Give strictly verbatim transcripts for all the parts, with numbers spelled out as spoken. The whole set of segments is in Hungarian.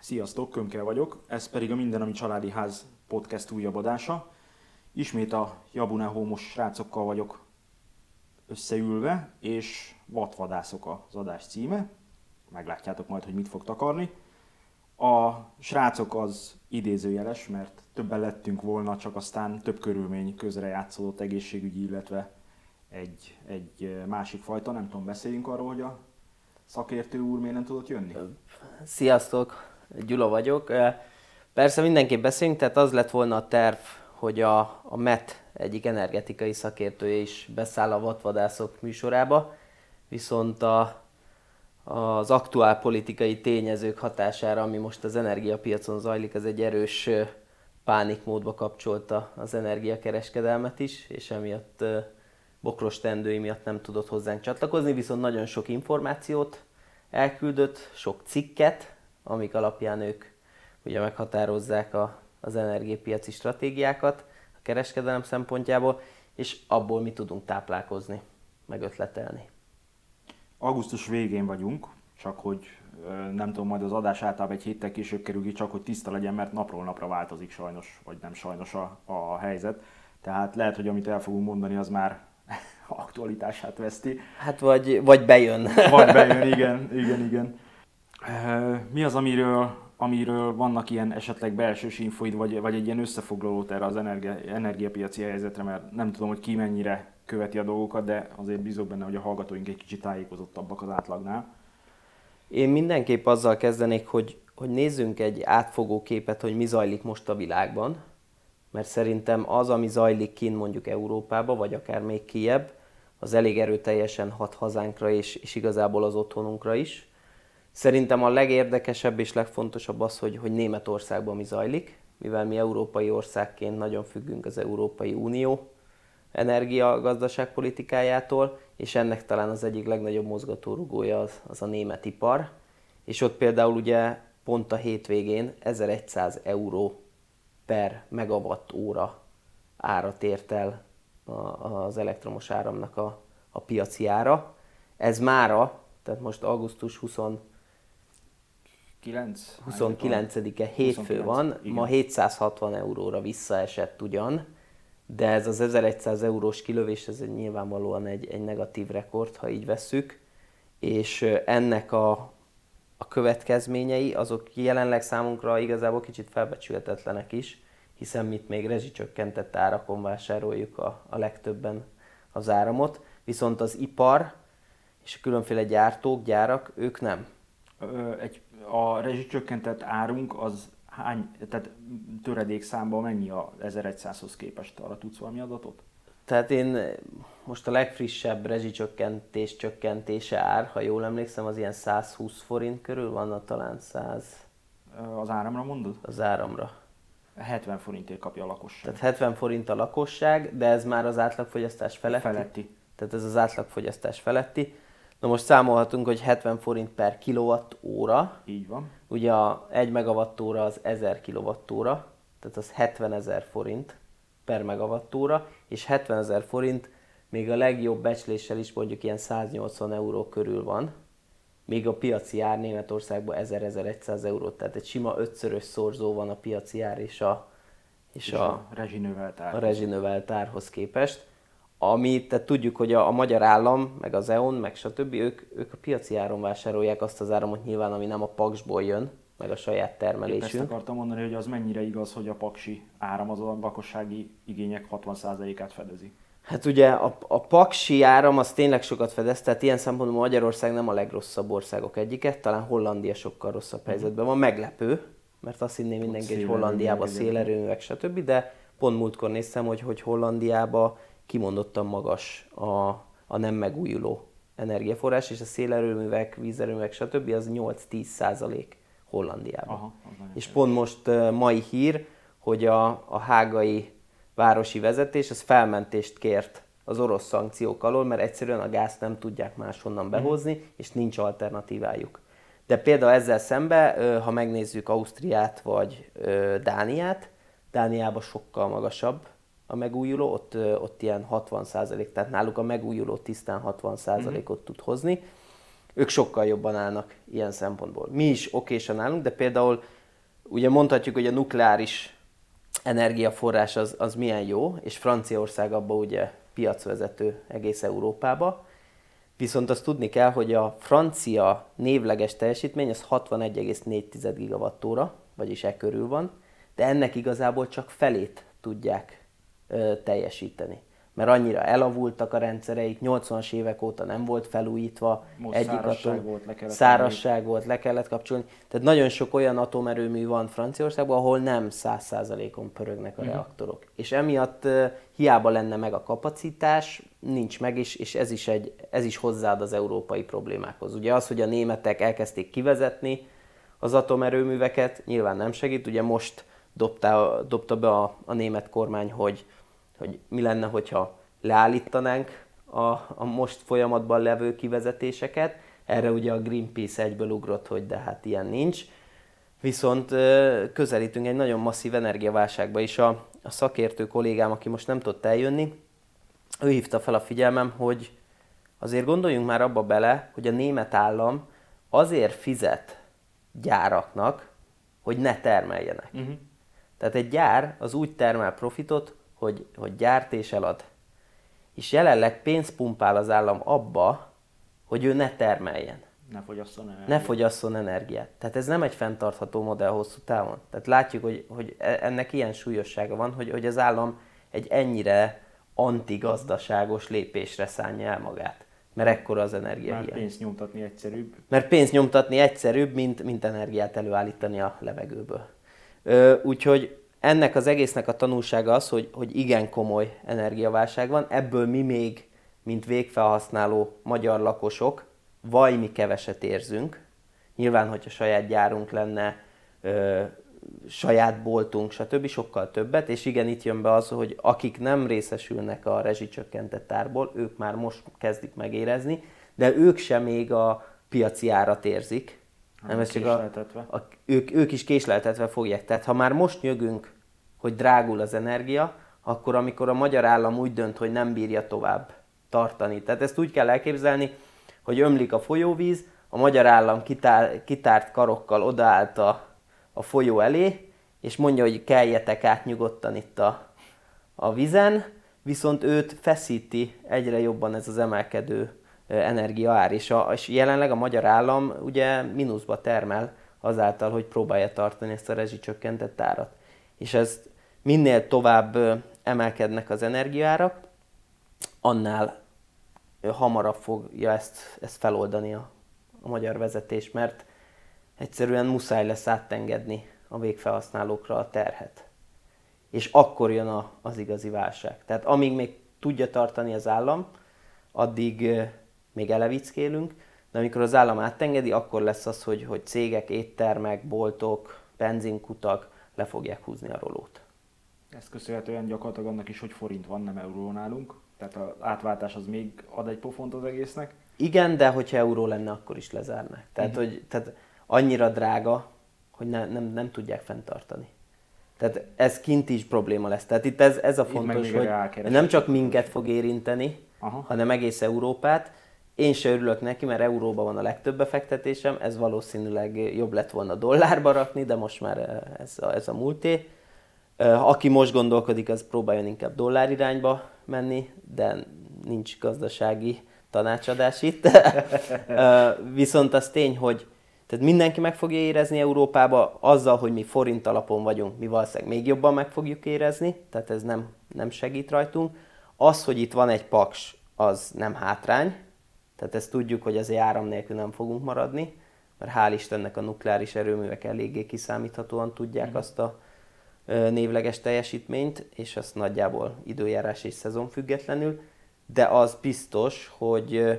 Sziasztok, Kömke vagyok, ez pedig a Minden, ami családi ház podcast újabb adása. Ismét a Jabune Hómos srácokkal vagyok összeülve, és Vadvadászok az adás címe. Meglátjátok majd, hogy mit fog takarni. A srácok az idézőjeles, mert többen lettünk volna, csak aztán több körülmény közre játszódott, egészségügyi, illetve egy, egy másik fajta. Nem tudom, beszéljünk arról, hogy a szakértő úr miért nem tudott jönni? Sziasztok, Gyula vagyok. Persze mindenképp beszélünk, tehát az lett volna a terv, hogy a, a met egyik energetikai szakértője is beszáll a Vadvadászok műsorába, viszont a, az aktuál politikai tényezők hatására, ami most az energiapiacon zajlik, az egy erős pánikmódba kapcsolta az energiakereskedelmet is, és emiatt bokros teendői miatt nem tudott hozzánk csatlakozni, viszont nagyon sok információt elküldött, sok cikket, amik alapján ők ugye meghatározzák a, az energiapiaci stratégiákat a kereskedelem szempontjából, és abból mi tudunk táplálkozni, meg ötletelni. Augusztus végén vagyunk, csak hogy nem tudom, majd az adás általában egy héttel később kerül ki, csak hogy tiszta legyen, mert napról napra változik sajnos, vagy nem sajnos a, a helyzet. Tehát lehet, hogy amit el fogunk mondani, az már aktualitását veszti. Hát vagy, vagy bejön. Vagy bejön, igen, igen, igen. Mi az, amiről, amiről vannak ilyen esetleg belsős infoid, vagy, vagy egy ilyen összefoglalót erre az energia, energiapiaci helyzetre, mert nem tudom, hogy ki mennyire követi a dolgokat, de azért bízok benne, hogy a hallgatóink egy kicsit tájékozottabbak az átlagnál. Én mindenképp azzal kezdenék, hogy, hogy nézzünk egy átfogó képet, hogy mi zajlik most a világban, mert szerintem az, ami zajlik kint mondjuk Európába, vagy akár még kijebb, az elég erőteljesen hat hazánkra és, és igazából az otthonunkra is. Szerintem a legérdekesebb és legfontosabb az, hogy, hogy Németországban mi zajlik, mivel mi európai országként nagyon függünk az Európai Unió energiagazdaságpolitikájától, és ennek talán az egyik legnagyobb mozgatórugója az, az a német ipar. És ott például ugye pont a hétvégén ezerszáz euró per megawatt óra árat ért el az elektromos áramnak a, a piaci ára. Ez mára, tehát most augusztus huszonkilencedike hétfő van, igen. Ma hétszázhatvan euróra visszaesett ugyan, de ez az ezerszáz eurós kilövés, ez egy nyilvánvalóan egy, egy negatív rekord, ha így vesszük, és ennek a, a következményei, azok jelenleg számunkra igazából kicsit felbecsülhetetlenek is, hiszen mit még rezsicsökkentett árakon vásároljuk a, a legtöbben az áramot, viszont az ipar és a különféle gyártók, gyárak, ők nem. Egy, a rezsicsökkentett árunk az hány, tehát töredékszámban mennyi az ezerszázhoz képest? Arra tudsz valami adatot? Tehát én most a legfrissebb rezsicsökkentés csökkentése ár, ha jól emlékszem, az ilyen százhúsz forint körül van, talán száz. Az áramra mondod? Az áramra. hetven forintért kapja a lakosság. Tehát hetven forint a lakosság, de ez már az átlagfogyasztás feletti. Feletti. Tehát ez az átlagfogyasztás feletti. Na most számolhatunk, hogy hetven forint per kilowatt óra. Így van. Ugye a egy megawatt óra az ezer kilowatt óra, tehát az hetvenezer forint per megawatt óra, és hetvenezer forint még a legjobb becsléssel is mondjuk ilyen száznyolcvan euró körül van, még a piaci ár Németországban ezer-ezerszáz euró, tehát egy sima ötszörös szorzó van a piaci ár és a, és és a, a rezsinövelt árhoz. a rezsinövelt árhoz képest. Ami, tehát tudjuk, hogy a, a magyar állam, meg az é o en, meg stb. Ők, ők a piaci áron vásárolják azt az áramot nyilván, ami nem a paksból jön, meg a saját termelésünk. Épp ezt akartam mondani, hogy az mennyire igaz, hogy a paksi áram az a lakossági igények hatvan százalékát fedezi. Hát ugye a, a paksi áram az tényleg sokat fedez, tehát ilyen szempontból Magyarország nem a legrosszabb országok egyike, talán Hollandia sokkal rosszabb helyzetben van, meglepő, mert azt hinné mindenki, hogy Hollandiában szélerőművek, stb. De pont múltkor néztem, hogy, hogy Hollandiában kimondottan magas a, a nem megújuló energiaforrás, és a szélerőművek, vízerőművek, stb. Az nyolc-tíz százalék Hollandiában. Aha, és pont most uh, mai hír, hogy a, a hágai városi vezetés az felmentést kért az orosz szankciók alól, mert egyszerűen a gázt nem tudják máshonnan behozni, mm. és nincs alternatívájuk. De például ezzel szemben, ha megnézzük Ausztriát vagy Dániát, Dániában sokkal magasabb a megújuló, ott, ott ilyen hatvan százalék, tehát náluk a megújuló tisztán hatvan százalékot mm. tud hozni. Ők sokkal jobban állnak ilyen szempontból. Mi is okésan állunk, de például ugye mondhatjuk, hogy a nukleáris energiaforrás az, az milyen jó, és Franciaország abban ugye piacvezető egész Európába. Viszont azt tudni kell, hogy a francia névleges teljesítmény az hatvanegy egész négy gigawattóra, vagyis e körül van, de ennek igazából csak felét tudják ö, teljesíteni. Mert annyira elavultak a rendszereik, nyolcvanas évek óta nem volt felújítva, Most egyik szárazság atom, volt, le kellett szárazság volt, le kellett kapcsolni. Tehát nagyon sok olyan atomerőmű van Franciaországban, ahol nem száz százalékon pörögnek a uh-huh. reaktorok. És emiatt uh, hiába lenne meg a kapacitás, nincs meg, és, és ez, is egy, ez is hozzáad az európai problémákhoz. Ugye az, hogy a németek elkezdték kivezetni az atomerőműveket, nyilván nem segít. Ugye most dobta, dobta be a, a német kormány, hogy hogy mi lenne, hogyha leállítanánk a, a most folyamatban levő kivezetéseket. Erre ugye a Greenpeace egyből ugrott, hogy de hát ilyen nincs. Viszont közelítünk egy nagyon masszív energiaválságba is. A, a szakértő kollégám, aki most nem tudott eljönni, ő hívta fel a figyelmem, hogy azért gondoljunk már abba bele, hogy a német állam azért fizet gyáraknak, hogy ne termeljenek. Uh-huh. Tehát egy gyár az úgy termel profitot, Hogy, hogy gyárt és elad. És jelenleg pénzt pumpál az állam abba, hogy ő ne termeljen. Ne fogyasszon energiát. Ne fogyasszon energiát. Tehát ez nem egy fenntartható modell hosszú távon. Tehát látjuk, hogy, hogy ennek ilyen súlyossága van, hogy, hogy az állam egy ennyire antigazdaságos lépésre szánja el magát. Mert ekkora az energia. Mert pénzt nyomtatni egyszerűbb. Mert pénzt nyomtatni egyszerűbb, mint, mint energiát előállítani a levegőből. Ö, úgyhogy ennek az egésznek a tanulsága az, hogy, hogy igen komoly energiaválság van, ebből mi még, mint végfelhasználó magyar lakosok, vajmi keveset érzünk. Nyilván, hogyha saját gyárunk lenne, ö, saját boltunk, stb. Sokkal többet, és igen, itt jön be az, hogy akik nem részesülnek a rezsicsökkentett árból, ők már most kezdik megérezni, de ők sem még a piaci árat érzik. Nem, ez csak a, a, ők, ők is késleltetve fogják. Tehát ha már most nyögünk, hogy drágul az energia, akkor amikor a magyar állam úgy dönt, hogy nem bírja tovább tartani. Tehát ezt úgy kell elképzelni, hogy ömlik a folyóvíz, a magyar állam kitár, kitárt karokkal odaállt a, a folyó elé, és mondja, hogy keljetek át nyugodtan itt a, a vízen, viszont őt feszíti egyre jobban ez az emelkedő energiaár. És, a, és jelenleg a magyar állam ugye mínuszba termel azáltal, hogy próbálja tartani ezt a rezsicsökkentett árat. És ez minél tovább emelkednek az energiaárak, annál hamarabb fogja ezt, ezt feloldani a, a magyar vezetés, mert egyszerűen muszáj lesz átengedni a végfelhasználókra a terhet. És akkor jön a, az igazi válság. Tehát amíg még tudja tartani az állam, addig még elevickélünk, de amikor az állam átengedi, akkor lesz az, hogy, hogy cégek, éttermek, boltok, benzinkutak le fogják húzni a rolót. Ezt köszönhetően gyakorlatilag annak is, hogy forint van, nem euró nálunk. Tehát az átváltás az még ad egy pofont az egésznek. Igen, de hogyha euró lenne, akkor is lezárnak. Tehát, uh-huh. hogy, tehát annyira drága, hogy ne, nem, nem tudják fenntartani. Tehát ez kint is probléma lesz. Tehát itt ez, ez a fontos, hogy nem csak minket fog érinteni, aha, hanem egész Európát. Én se örülök neki, mert euróban van a legtöbb befektetésem, ez valószínűleg jobb lett volna dollárba rakni, de most már ez a, ez a múlté. Aki most gondolkodik, az próbáljon inkább dollár irányba menni, de nincs gazdasági tanácsadás itt. Viszont az tény, hogy tehát mindenki meg fogja érezni Európába, azzal, hogy mi forint alapon vagyunk, mi valószínűleg még jobban meg fogjuk érezni, tehát ez nem, nem segít rajtunk. Az, hogy itt van egy paks, az nem hátrány, tehát ezt tudjuk, hogy azért áram nélkül nem fogunk maradni, mert hál' Istennek a nukleáris erőművek eléggé kiszámíthatóan tudják mm. azt a névleges teljesítményt, és azt nagyjából időjárás és szezon függetlenül, de az biztos, hogy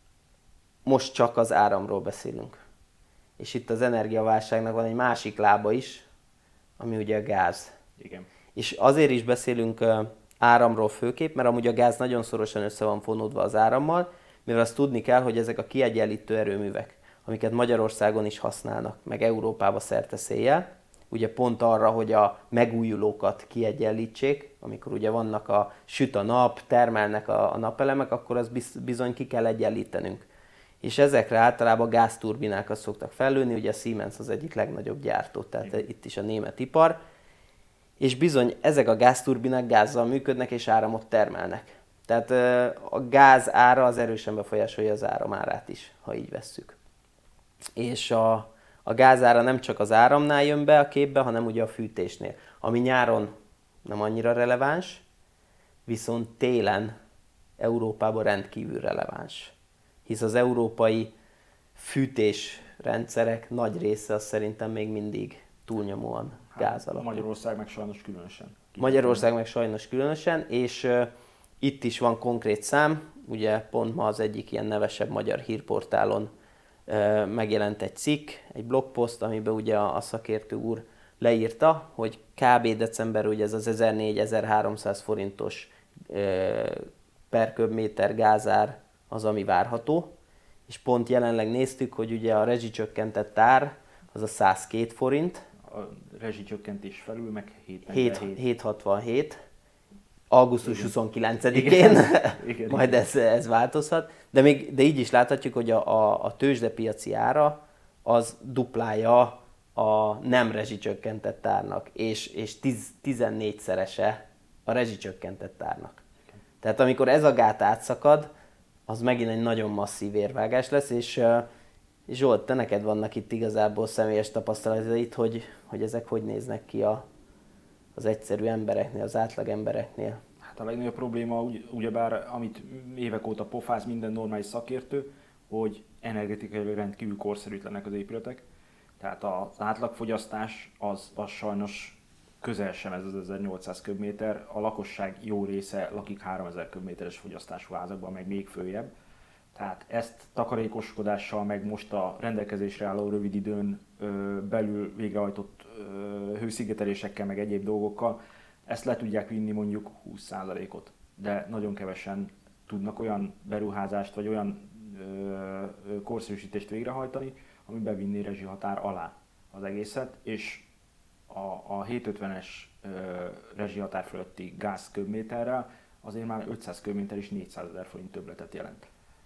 most csak az áramról beszélünk. És itt az energiaválságnak van egy másik lába is, ami ugye a gáz. Igen. És azért is beszélünk áramról főképp, mert amúgy a gáz nagyon szorosan össze van fonódva az árammal, mivel azt tudni kell, hogy ezek a kiegyenlítő erőművek, amiket Magyarországon is használnak, meg Európába szerte széjjel, ugye pont arra, hogy a megújulókat kiegyenlítsék, amikor ugye vannak a süt a nap, termelnek a, a napelemek, akkor az bizony ki kell egyenlítenünk. és ezekre általában gázturbinákat szoktak fellőni, ugye a Siemens az egyik legnagyobb gyártó, tehát igen. Itt is a német ipar, és bizony ezek a gázturbinák gázzal működnek és áramot termelnek. Tehát a gáz ára az erősen befolyásolja az áram árát is, ha így vesszük. És a, a gázára nem csak az áramnál jön be a képbe, hanem ugye a fűtésnél, ami nyáron nem annyira releváns, viszont télen Európában rendkívül releváns. Hisz az európai fűtésrendszerek nagy része az szerintem még mindig túlnyomóan gáz alapú. Magyarország meg sajnos különösen. Magyarország meg sajnos különösen, és uh, itt is van konkrét szám, ugye pont ma az egyik ilyen nevesebb magyar hírportálon uh, megjelent egy cikk, egy blogpost, amiben ugye a, a szakértő úr leírta, hogy kb. December ugye ez az ezernégyszáz-ezerháromszáz forintos uh, per köbméter gázár az, ami várható, és pont jelenleg néztük, hogy ugye a rezsicsökkentett ár az a száz két forint, a rezsicsökkentés felül meg hét hatvanhét, augusztus igen. huszonkilencedikén, igen. Majd ez, ez változhat, de, még, de így is láthatjuk, hogy a, a, a tőzsdepiaci ára az duplája a nem rezsicsökkentett árnak, és, és tíz, tizennégyszerese a rezsicsökkentett árnak. Igen. Tehát amikor ez a gát átszakad, az megint egy nagyon masszív érvágás lesz, és És Zsolt, te neked vannak itt igazából személyes tapasztalataid, hogy, hogy ezek hogy néznek ki a, az egyszerű embereknél, az átlag embereknél? Hát a legnagyobb probléma, ugyebár, amit évek óta pofáz minden normális szakértő, hogy energetikai rendkívül korszerűtlenek az épületek. Tehát az átlagfogyasztás az, az sajnos közel sem ez az ezernyolcszáz köbméter, a lakosság jó része lakik háromezer köbméteres fogyasztású házakban, meg még följebb. Tehát ezt takarékoskodással, meg most a rendelkezésre álló rövid időn ö, belül végrehajtott ö, hőszigetelésekkel, meg egyéb dolgokkal, ezt le tudják vinni mondjuk húsz százalékot. De nagyon kevesen tudnak olyan beruházást, vagy olyan ö, ö, korszerűsítést végrehajtani, ami bevinné rezsihatár alá az egészet, és a, a hétszázötvenes ö, rezsihatár fölötti gáz köbméterrel azért már ötszáz köbméter is négyszázezer forint többletet jelent.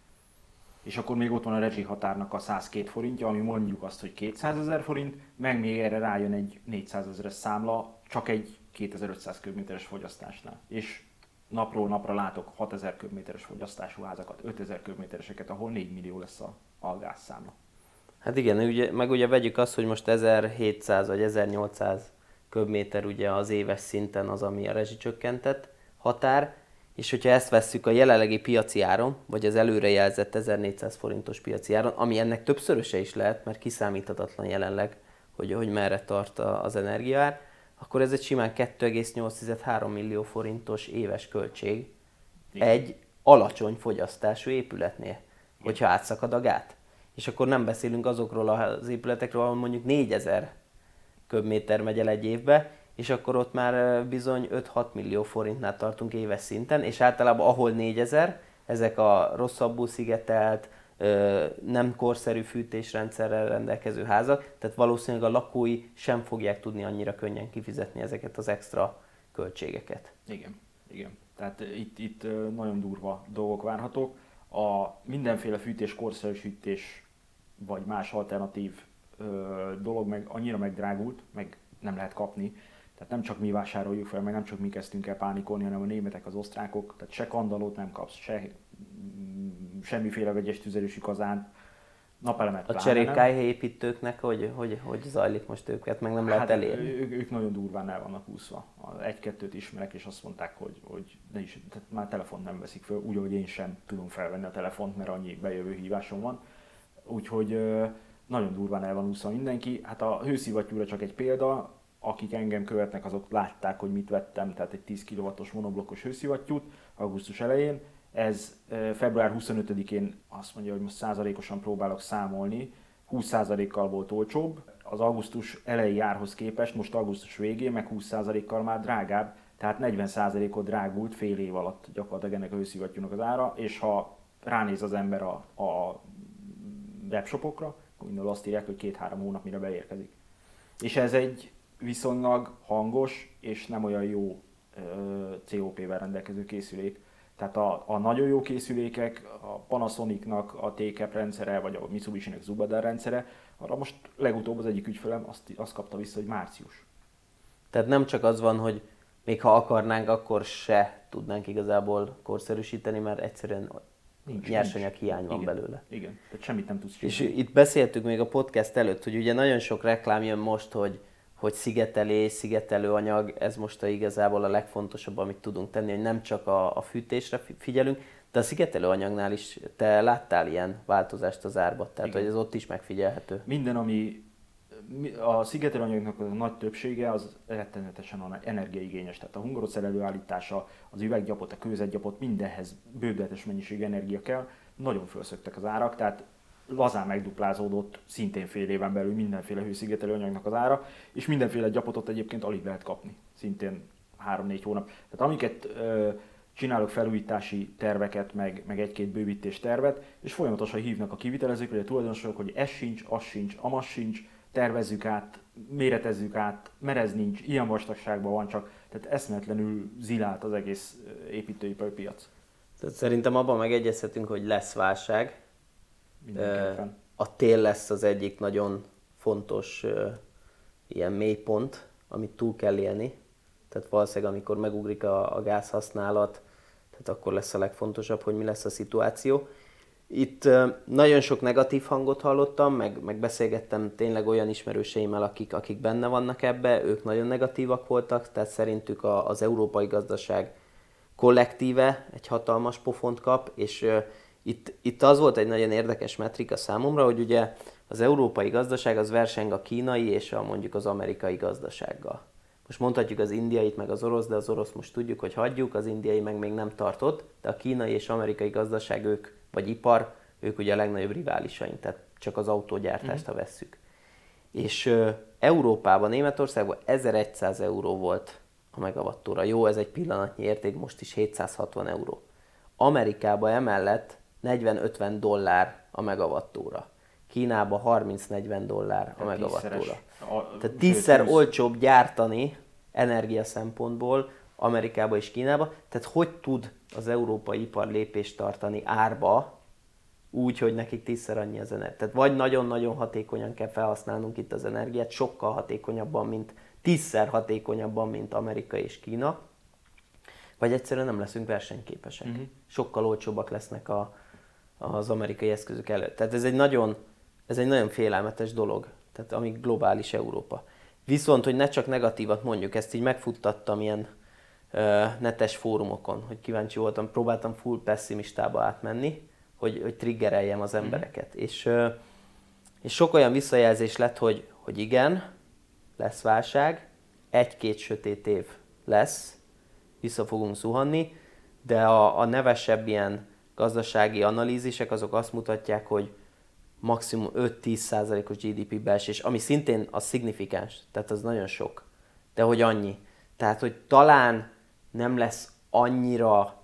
És akkor még ott van a rezsihatárnak a száz két forintja, ami mondjuk azt, hogy kétszázezer forint, meg még erre rájön egy négyszázezeres számla, csak egy kétezer-ötszáz köbméteres fogyasztásnál. És napról napra látok hatezer köbméteres fogyasztású házakat, ötezer köbmétereseket, ahol négy millió lesz a, a gázszámla. Hát igen, ugye, meg ugye vegyük azt, hogy most ezerhétszáz vagy ezernyolcszáz köbméter ugye az éves szinten az, ami a rezsicsökkentett határ, és hogyha ezt vesszük a jelenlegi piaci áron, vagy az előrejelzett ezernégyszáz forintos piaci áron, ami ennek többszöröse is lehet, mert kiszámíthatatlan jelenleg, hogy, hogy merre tart az energiaár, akkor ez egy simán kettő egész nyolc három millió forintos éves költség igen. Egy alacsony fogyasztású épületnél, igen. Hogyha átszakad a gát. És akkor nem beszélünk azokról az épületekről, ahol mondjuk négyezer köbméter megy el egy évbe, és akkor ott már bizony öt-hat millió forintnál tartunk éves szinten, és általában ahol négyezer, ezek a rosszabbul szigetelt, nem korszerű fűtésrendszerrel rendelkező házak, tehát valószínűleg a lakói sem fogják tudni annyira könnyen kifizetni ezeket az extra költségeket. Igen, igen. Tehát itt, itt nagyon durva dolgok várhatók. A mindenféle fűtés, korszerűsítés vagy más alternatív dolog meg annyira megdrágult, meg nem lehet kapni. Tehát nem csak mi vásároljuk fel, meg nem csak mi kezdtünk el pánikolni, hanem a németek, az osztrákok. Tehát se kandallót nem kapsz, se semmiféle vegyes tüzelősű kazánt, napelemet. A cserépkályhelyépítőknek hogy, hogy, hogy zajlik most őket, meg nem lehet hát, elérni? Ők, ők nagyon durván el vannak úszva. Egy-kettőt ismerek, és azt mondták, hogy, hogy ne is, tehát már telefont nem veszik föl, úgy, hogy én sem tudom felvenni a telefont, mert annyi bejövő hívásom van. Úgyhogy nagyon durván el van úszva mindenki. Hát a hőszivattyúra csak egy példa, akik engem követnek, azok látták, hogy mit vettem, tehát egy tíz kilowattos monoblokkos hőszivattyút augusztus elején. Ez február huszonötödikén azt mondja, hogy most százalékosan próbálok számolni, húsz százalékkal volt olcsóbb. Az augusztus elejé árhoz képest, most augusztus végén, meg húsz százalékkal már drágább, tehát negyven százalékot drágult fél év alatt gyakorlatilag ennek a hőszivattyúnak az ára, és ha ránéz az ember a, a webshopokra, akkor azt írják, hogy két-három hónap mire beérkezik. És ez egy viszonylag hangos és nem olyan jó cé o pé-vel rendelkező készülék. Tehát a, a nagyon jó készülékek, a Panasonicnak a té-cap rendszere, vagy a Mitsubishi-nek Zubadar rendszere, arra most legutóbb az egyik ügyfelem azt, azt kapta vissza, hogy március. Tehát nem csak az van, hogy még ha akarnánk, akkor se tudnánk igazából korszerűsíteni, mert egyszerűen nincs, nyersanyag nincs. hiány van igen, belőle. Igen, tehát semmit nem tudsz csinálni. És itt beszéltük még a podcast előtt, hogy ugye nagyon sok reklám jön most, hogy, hogy szigetelés, szigetelőanyag, ez most a igazából a legfontosabb, amit tudunk tenni, hogy nem csak a, a fűtésre figyelünk, de a szigetelőanyagnál is te láttál ilyen változást az árba, tehát igen. hogy ez ott is megfigyelhető. Minden, ami a szigetelőanyagnak a nagy többsége az rettenetesen energiaigényes, tehát a hungarocell előállítása, az üveggyapot, a kőzetgyapot, mindenhez bődületes mennyiségű energia kell, nagyon fölszöktek az árak, tehát lazán megduplázódott szintén fél éven belül mindenféle hőszigetelőanyagnak az ára, és mindenféle gyapotot egyébként alig lehet kapni, szintén három-négy hónap. Tehát amiket ö, csinálok felújítási terveket, meg, meg egy-két bővítés tervet, és folyamatosan hívnak a kivitelezők, vagy a tulajdonosok, hogy ez sincs, az sincs, amaz sincs, tervezzük át, méretezzük át, mert ez nincs, ilyen vastagságban van csak, tehát eszméletlenül zilált az egész építőipari piac. Tehát szerintem abban megegyezhetünk, hogy lesz válság. Mindenképpen. A tél lesz az egyik nagyon fontos ilyen mélypont, amit túl kell élni. Tehát valószínűleg amikor megugrik a, a gázhasználat, tehát akkor lesz a legfontosabb, hogy mi lesz a szituáció. Itt nagyon sok negatív hangot hallottam, meg, meg beszélgettem tényleg olyan ismerőseimmel, akik, akik benne vannak ebbe, ők nagyon negatívak voltak, tehát szerintük a, az európai gazdaság kollektíve egy hatalmas pofont kap, és uh, itt, itt az volt egy nagyon érdekes metrika számomra, hogy ugye az európai gazdaság az verseng a kínai és a, mondjuk az amerikai gazdasággal. Most mondhatjuk az indiait meg az orosz, de az orosz most tudjuk, hogy hagyjuk, az indiai meg még nem tartott, de a kínai és amerikai gazdaság ők, vagy ipar, ők ugye a legnagyobb riválisaink, tehát csak az autógyártást, mm-hmm. ha vesszük. És uh, Európában, Németországban ezerszáz euró volt a megawattóra. Jó, ez egy pillanatnyi érték, most is hétszázhatvan euró. Amerikában emellett negyven-ötven dollár a megawattóra. Kínában harminc-negyven dollár a megawattóra. Tehát tízszer olcsóbb gyártani energia szempontból Amerikába és Kínába. Tehát hogy tud az európai ipar lépést tartani árba, úgy, hogy nekik tízszer annyi az energia. Tehát vagy nagyon-nagyon hatékonyan kell felhasználnunk itt az energiát, sokkal hatékonyabban, mint tízszer hatékonyabban, mint Amerika és Kína, vagy egyszerűen nem leszünk versenyképesek. Uh-huh. Sokkal olcsóbbak lesznek a, az amerikai eszközök előtt. Tehát ez egy nagyon, ez egy nagyon félelmetes dolog, tehát amíg globális Európa. Viszont, hogy ne csak negatívat mondjuk, ezt így megfuttattam ilyen uh, netes fórumokon, hogy kíváncsi voltam, próbáltam full pessimistába átmenni, hogy, hogy triggereljem az embereket. Uh-huh. És, uh, és sok olyan visszajelzés lett, hogy, hogy igen, lesz válság, egy-két sötét év lesz, vissza fogunk zuhanni, de a, a nevesebb ilyen gazdasági analízisek azok azt mutatják, hogy maximum öt-tíz százalékos gé dé pé beesés, ami szintén az szignifikáns, tehát az nagyon sok, de hogy annyi. Tehát, hogy talán nem lesz annyira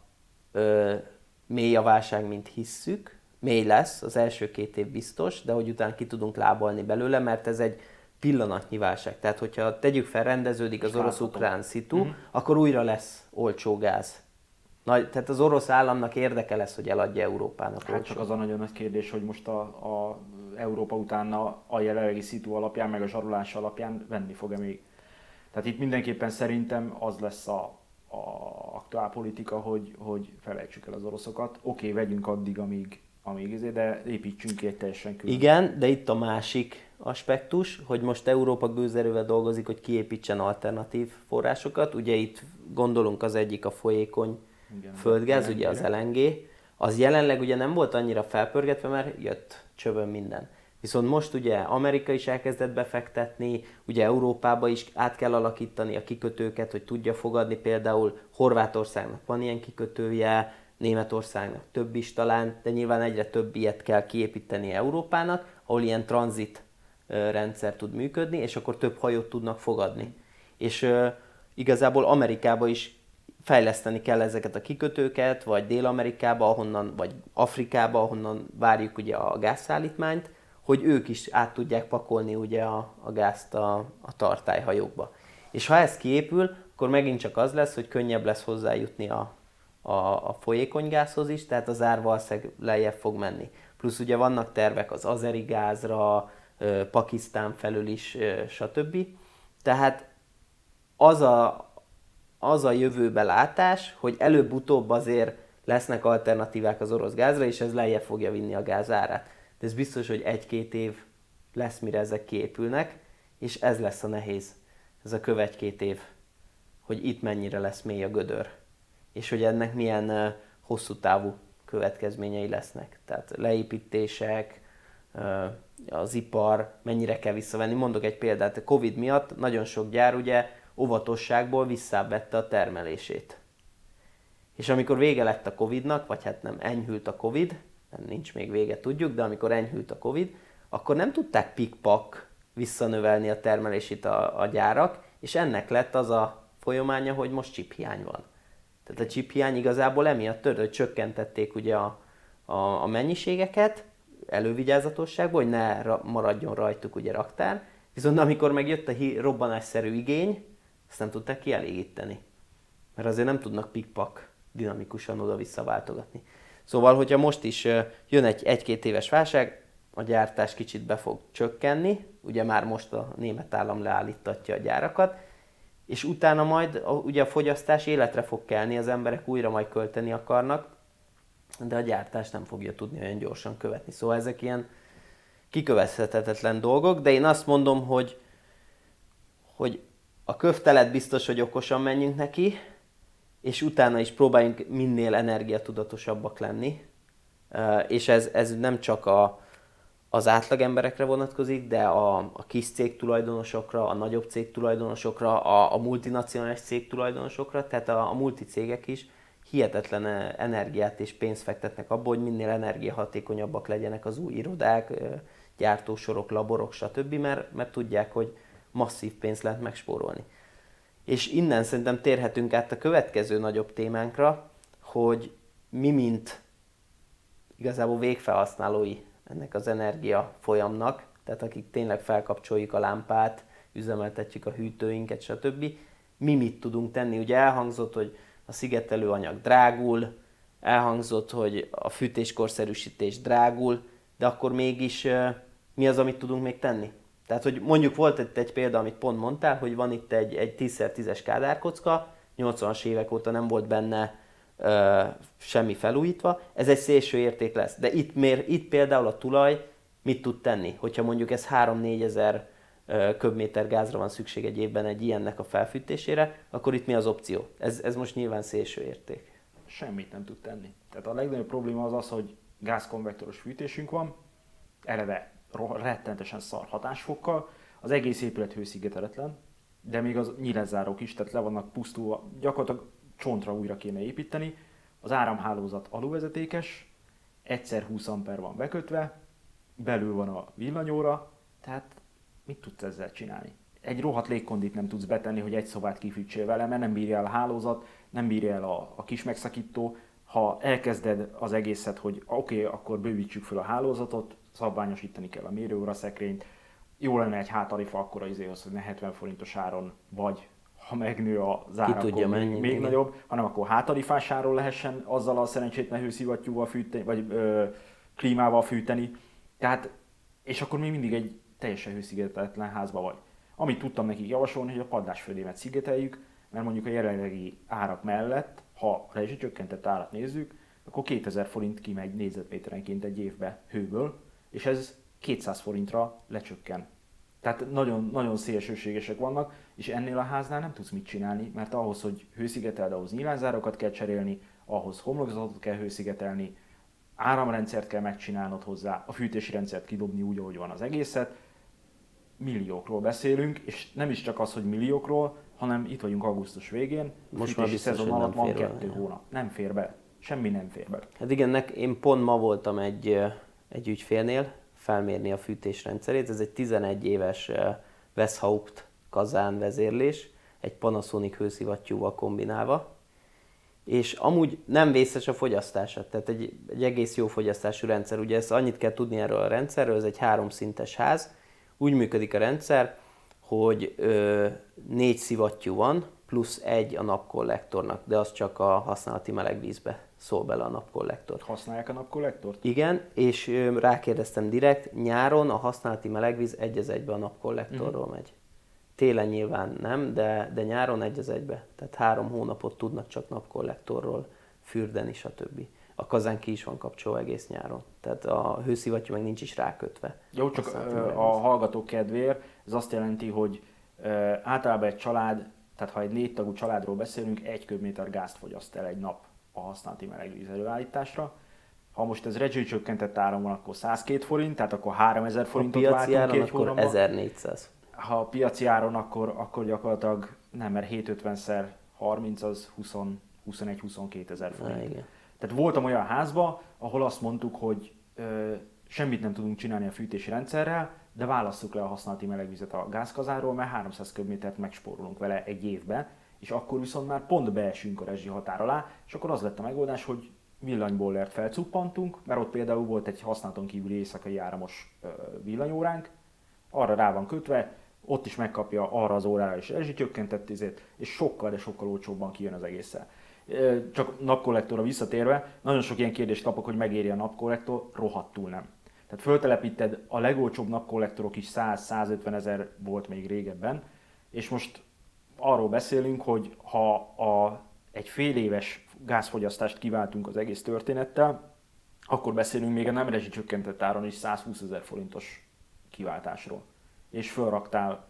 ö, mély a válság, mint hisszük, mély lesz, az első két év biztos, de hogy utána ki tudunk lábalni belőle, mert ez egy pillanatnyi válság. Tehát, hogyha tegyük fel, rendeződik az orosz-ukrán szitu, mm-hmm. akkor újra lesz olcsó gáz. Nagy, tehát az orosz államnak érdeke lesz, hogy eladja Európának. Hát csak az a nagyon nagy kérdés, hogy most a, a Európa utána a jelenlegi szitu alapján, meg a zsarolás alapján venni fog-e még. Tehát itt mindenképpen szerintem az lesz a, a aktuál politika, hogy, hogy felejtsük el az oroszokat. Oké, okay, vegyünk addig, amíg, amíg de építsünk ki egy teljesen külön. Igen, de itt a másik aspektus, hogy most Európa gőzerővel dolgozik, hogy kiépítsen alternatív forrásokat. Ugye itt gondolunk az egyik a folyékony igen, földgáz, ugye az el en gé. Az jelenleg ugye nem volt annyira felpörgetve, mert jött csövön minden. Viszont most ugye Amerika is elkezdett befektetni, ugye Európába is át kell alakítani a kikötőket, hogy tudja fogadni, például Horvátországnak van ilyen kikötője, Németországnak több is talán, de nyilván egyre több ilyet kell kiépíteni Európának, ahol ilyen tranzit rendszer tud működni, és akkor több hajót tudnak fogadni. És uh, igazából Amerikába is fejleszteni kell ezeket a kikötőket, vagy Dél-Amerikába, ahonnan, vagy Afrikába, ahonnan várjuk ugye a gázszállítmányt, hogy ők is át tudják pakolni ugye a, a gázt a, a tartályhajókba. És ha ez kiépül, akkor megint csak az lesz, hogy könnyebb lesz hozzájutni a, a, a folyékony gázhoz is, tehát az ár valószínűleg lejjebb fog menni. Plusz ugye vannak tervek az azeri gázra, Pakisztán felül is, stb. Tehát az a, az a jövőbe látás, hogy előbb-utóbb azért lesznek alternatívák az orosz gázra, és ez lejjebb fogja vinni a gáz árát. De ez biztos, hogy egy-két év lesz, mire ezek kiépülnek, és ez lesz a nehéz, ez a követ-két év, hogy itt mennyire lesz mély a gödör, és hogy ennek milyen uh, hosszú távú következményei lesznek. Tehát leépítések, uh, az ipar, mennyire kell visszavenni. Mondok egy példát, a Covid miatt nagyon sok gyár ugye óvatosságból visszábbvette a termelését. És amikor vége lett a Covidnak, vagy hát nem, enyhült a Covid, nem nincs még vége, tudjuk, de amikor enyhült a Covid, akkor nem tudták pikpak visszanövelni a termelését a, a gyárak, és ennek lett az a folyamánya, hogy most chiphiány van. Tehát a chiphiány igazából emiatt tört, hogy csökkentették ugye a, a, a mennyiségeket elővigyázatosságból, hogy ne ra, maradjon rajtuk ugye raktár, viszont amikor megjött a hí, robbanásszerű igény, ezt nem tudták kielégíteni. Mert azért nem tudnak pikpak dinamikusan oda-vissza váltogatni. Szóval, hogyha most is jön egy egy-két éves válság, a gyártás kicsit be fog csökkenni, ugye már most a német állam leállítatja a gyárakat, és utána majd a, ugye a fogyasztás életre fog kelni, az emberek újra majd költeni akarnak, de a gyártás nem fogja tudni olyan gyorsan követni. Szóval ezek ilyen kikövethetetlen dolgok, de én azt mondom, hogy, hogy a kövtelet biztos, hogy okosan menjünk neki, és utána is próbáljunk minél energiatudatosabbak lenni, és ez, ez nem csak a, az átlag emberekre vonatkozik, de a, a kis cég tulajdonosokra, a nagyobb cég tulajdonosokra, a, a multinacionális cég tulajdonosokra, tehát a, a multicégek is hihetetlen energiát és pénzt fektetnek abba, hogy minél energiahatékonyabbak legyenek az új irodák, gyártósorok, laborok, stb., mert, mert tudják, hogy masszív pénzt lehet megspórolni. És innen szerintem térhetünk át a következő nagyobb témánkra, hogy mi, mint igazából végfelhasználói ennek az energia folyamnak, tehát akik tényleg felkapcsoljuk a lámpát, üzemeltetjük a hűtőinket, stb. Mi mit tudunk tenni? Ugye elhangzott, hogy a szigetelő anyag drágul, elhangzott, hogy a fűtéskorszerűsítés drágul, de akkor mégis mi az, amit tudunk még tenni? Tehát, hogy mondjuk volt itt egy példa, amit pont mondtál, hogy van itt egy, egy tíz szer tízes kádárkocka, nyolcvanas évek óta nem volt benne ö, semmi felújítva, ez egy szélső érték lesz. De itt, mér, itt például a tulaj mit tud tenni? Hogyha mondjuk ez három-négy ezer köbméter gázra van szükség egy évben egy ilyennek a felfűtésére, akkor itt mi az opció? Ez, ez most nyilván szélső érték. Semmit nem tud tenni. Tehát a legnagyobb probléma az az, hogy gázkonvektoros fűtésünk van, eleve rettentesen szar hatásfokkal, az egész épület hőszigeteletlen, de még az nyíleszárók is, tehát le vannak pusztulva, gyakorlatilag csontra újra kéne építeni, az áramhálózat alulvezetékes, egyszer húsz amper van bekötve, belül van a villanyóra, tehát mit tudsz ezzel csinálni? Egy rohadt légkondit nem tudsz betenni, hogy egy szobát kifűtsél vele, mert nem bírja el a hálózat, nem bírja el a, a kis megszakító. Ha elkezded az egészet, hogy oké, okay, akkor bővítsük fel a hálózatot, szabványosítani kell a mérőóra szekrényt, jó lenne egy hátarifa akkora izéhoz, hogy ne hetven forintos áron, vagy ha megnő az ár, akkor még, még nagyobb, hanem akkor hátarifás áron lehessen azzal a szerencsétlen hőszivattyúval fűteni, vagy ö, klímával fűteni. Tehát, és akkor még mindig egy teljesen hőszigeteletlen házba vagy. Amit tudtam nekik javasolni, hogy a padlásföldémet szigeteljük, mert mondjuk a jelenlegi árak mellett, ha a rezsicsökkentett árat nézzük, akkor kétezer forint kimegy négyzetméterenként egy évbe hőből, és ez kétszáz forintra lecsökken. Tehát nagyon, nagyon szélsőségesek vannak, és ennél a háznál nem tudsz mit csinálni, mert ahhoz, hogy hőszigeteld, ahhoz nyílánzárokat kell cserélni, ahhoz homlokzatot kell hőszigetelni, áramrendszert kell megcsinálnod hozzá, a fűtési rendszert kidobni úgy, ahogy van az egészet. Milliókról beszélünk, és nem is csak az, hogy milliókról, hanem itt vagyunk augusztus végén, most már biztos, szezon alatt van kettő hónap. Nem fér be. Semmi nem fér be. Hát igen, nek, én pont ma voltam egy, egy ügyfélnél felmérni a fűtésrendszerét. Ez egy tizenegy éves Westhaupt kazán vezérlés, egy Panasonic hőszivattyúval kombinálva. És amúgy nem vészes a fogyasztása, tehát egy, egy egész jó fogyasztású rendszer. Ugye ezt annyit kell tudni erről a rendszerről, ez egy háromszintes ház. Úgy működik a rendszer, hogy ö, négy szivattyú van, plusz egy a napkollektornak, de az csak a használati melegvízbe szól bele a napkollektor. Használják a napkollektort? Igen, és ö, rákérdeztem direkt, nyáron a használati melegvíz egy az egybe a napkollektorról uh-huh. megy. Télen nyilván nem, de, de nyáron egy az egybe. Tehát három hónapot tudnak csak napkollektorról fürdeni, stb. A kazán ki is van kapcsolva egész nyáron. Tehát a hőszivattyú meg nincs is rákötve. Jó, csak a hallgatók kedvéért, ez azt jelenti, hogy általában egy család, tehát ha egy négy tagú családról beszélünk, egy köbméter gázt fogyaszt el egy nap a használati melegvíz előállításra. Ha most ez rezsicsökkentett áron van, akkor százkettő forint, tehát akkor háromezer forintot váltunk áron, két akkor hónapban. ezernégyszáz. Ha a piaci áron, akkor, akkor gyakorlatilag nem, mert hétszázötvenszer harminc az huszonegy-huszonkétezer forint. Na, igen. Tehát voltam olyan házba, ahol azt mondtuk, hogy ö, semmit nem tudunk csinálni a fűtési rendszerrel, de válasszuk le a használati melegvizet a gázkazáról, mert háromszáz köbmétert megspórolunk vele egy évbe, és akkor viszont már pont beesünk a rezsi határ alá, és akkor az lett a megoldás, hogy villanybollert felcuppantunk, mert ott például volt egy használaton kívüli éjszakai áramos ö, villanyóránk, arra rá van kötve, ott is megkapja arra az órára is rezsicsökkentett izét, és sokkal, de sokkal olcsóbban kijön az egésszel. Csak napkollektorra visszatérve, nagyon sok ilyen kérdést kapok, hogy megéri a napkollektor, rohadtul nem. Tehát föltelepíted, a legolcsóbb napkollektorok is száz-százötven ezer volt még régebben, és most arról beszélünk, hogy ha a, egy fél éves gázfogyasztást kiváltunk az egész történettel, akkor beszélünk még a nem rezsicsökkentett áron is százhúszezer forintos kiváltásról. És fölraktál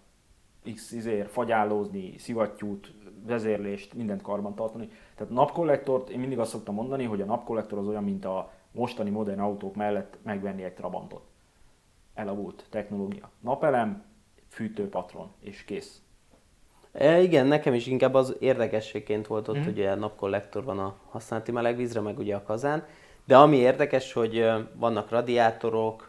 x izért, fagyállózni, szivattyút, vezérlést, mindent karban tartani. Tehát a napkollektort, én mindig azt szoktam mondani, hogy a napkollektor az olyan, mint a mostani modern autók mellett megvenni egy Trabantot. Elavult technológia. Napelem, fűtőpatron, és kész. E, igen, nekem is inkább az érdekességként volt ott, mm. hogy ugye napkollektor van a használati melegvízre, meg ugye a kazán. De ami érdekes, hogy vannak radiátorok,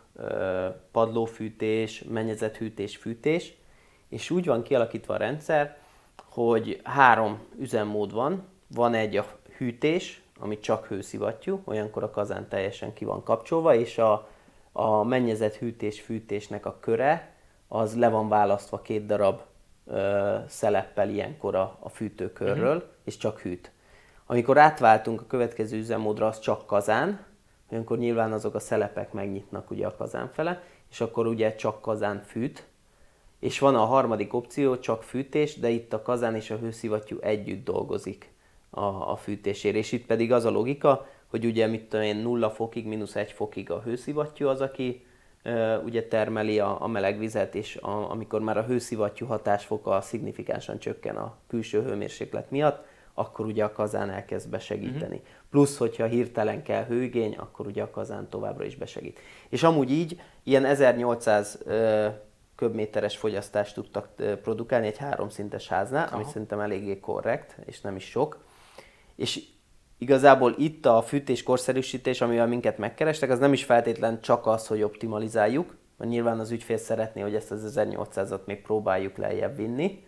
padlófűtés, mennyezethűtés, fűtés, és úgy van kialakítva a rendszer, hogy három üzemmód van. Van egy a hűtés, ami csak hőszivattyú, olyankor a kazán teljesen ki van kapcsolva, és a, a mennyezethűtés fűtésnek a köre, az le van választva két darab ö, szeleppel ilyenkor a, a fűtőkörről, uh-huh. és csak hűt. Amikor átváltunk a következő üzemmódra, az csak kazán, olyankor nyilván azok a szelepek megnyitnak ugye a kazán fele, és akkor ugye csak kazán fűt. És van a harmadik opció, csak fűtés, de itt a kazán és a hőszivattyú együtt dolgozik a, a fűtésért. És itt pedig az a logika, hogy ugye mit tudom én, nulla fokig, mínusz egy fokig a hőszivattyú az, aki e, ugye termeli a, a melegvizet, és a, amikor már a hőszivattyú hatásfoka szignifikánsan csökken a külső hőmérséklet miatt, akkor ugye a kazán elkezd besegíteni. Uh-huh. Plusz, hogyha hirtelen kell hőigény, akkor ugye a kazán továbbra is besegít. És amúgy így ilyen ezernyolcszáz e, köbméteres fogyasztást tudtak produkálni egy háromszintes háznál, Aha. ami szerintem eléggé korrekt, és nem is sok. És igazából itt a fűtés korszerűsítés, amivel minket megkerestek, az nem is feltétlen csak az, hogy optimalizáljuk, mert nyilván az ügyfél szeretné, hogy ezt az ezernyolcszázat még próbáljuk lejjebb vinni.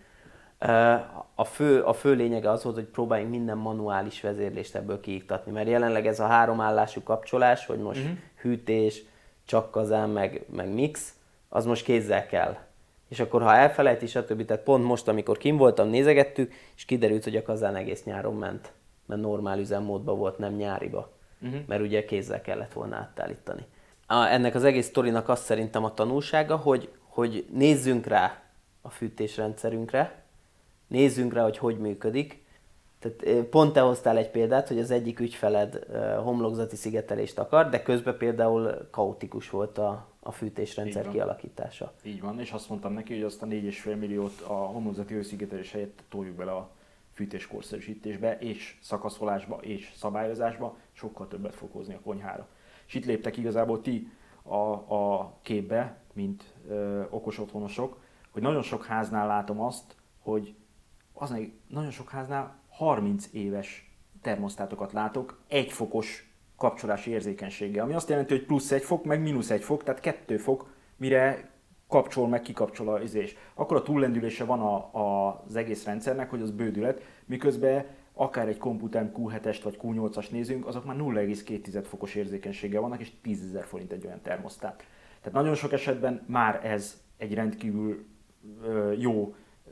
A fő, a fő lényege az volt, hogy próbáljunk minden manuális vezérlést ebből kiiktatni, mert jelenleg ez a három állású kapcsolás, hogy most uh-huh. hűtés, csak kazán, meg, meg mix, az most kézzel kell. És akkor ha elfelejti, stb. Tehát pont most, amikor kim voltam, nézegettük, és kiderült, hogy a kazán egész nyáron ment, mert normál üzemmódban volt, nem nyáriba. Uh-huh. Mert ugye kézzel kellett volna átállítani. A, ennek az egész sztorinak azt szerintem a tanulsága, hogy, hogy nézzünk rá a fűtésrendszerünkre, nézzünk rá, hogy hogy működik. Tehát pont te hoztál egy példát, hogy az egyik ügyfeled homlokzati szigetelést akar, de közben például kaotikus volt a, a fűtésrendszer kialakítása. Így van, és azt mondtam neki, hogy azt a négy egész öt milliót a homlokzati hőszigetelés helyett toljuk bele a fűtéskorszerűsítésbe, és szakaszolásba, és szabályozásba, sokkal többet fog hozni a konyhára. És itt léptek igazából ti a, a képbe, mint ö, okos otthonosok, hogy nagyon sok háznál látom azt, hogy az még nagyon sok háznál harminc éves termosztátokat látok, egy fokos kapcsolási érzékenységgel, ami azt jelenti, hogy plusz egy fok, meg mínusz egy fok, tehát kettő fok, mire kapcsol, meg kikapcsol az izés. Akkor a túllendülése van a, a, az egész rendszernek, hogy az bődület, miközben akár egy Computern kú hetest vagy kú nyolcast nézünk, azok már nulla egész két fokos érzékenységgel vannak, és tízezer forint egy olyan termosztát. Tehát nagyon sok esetben már ez egy rendkívül ö, jó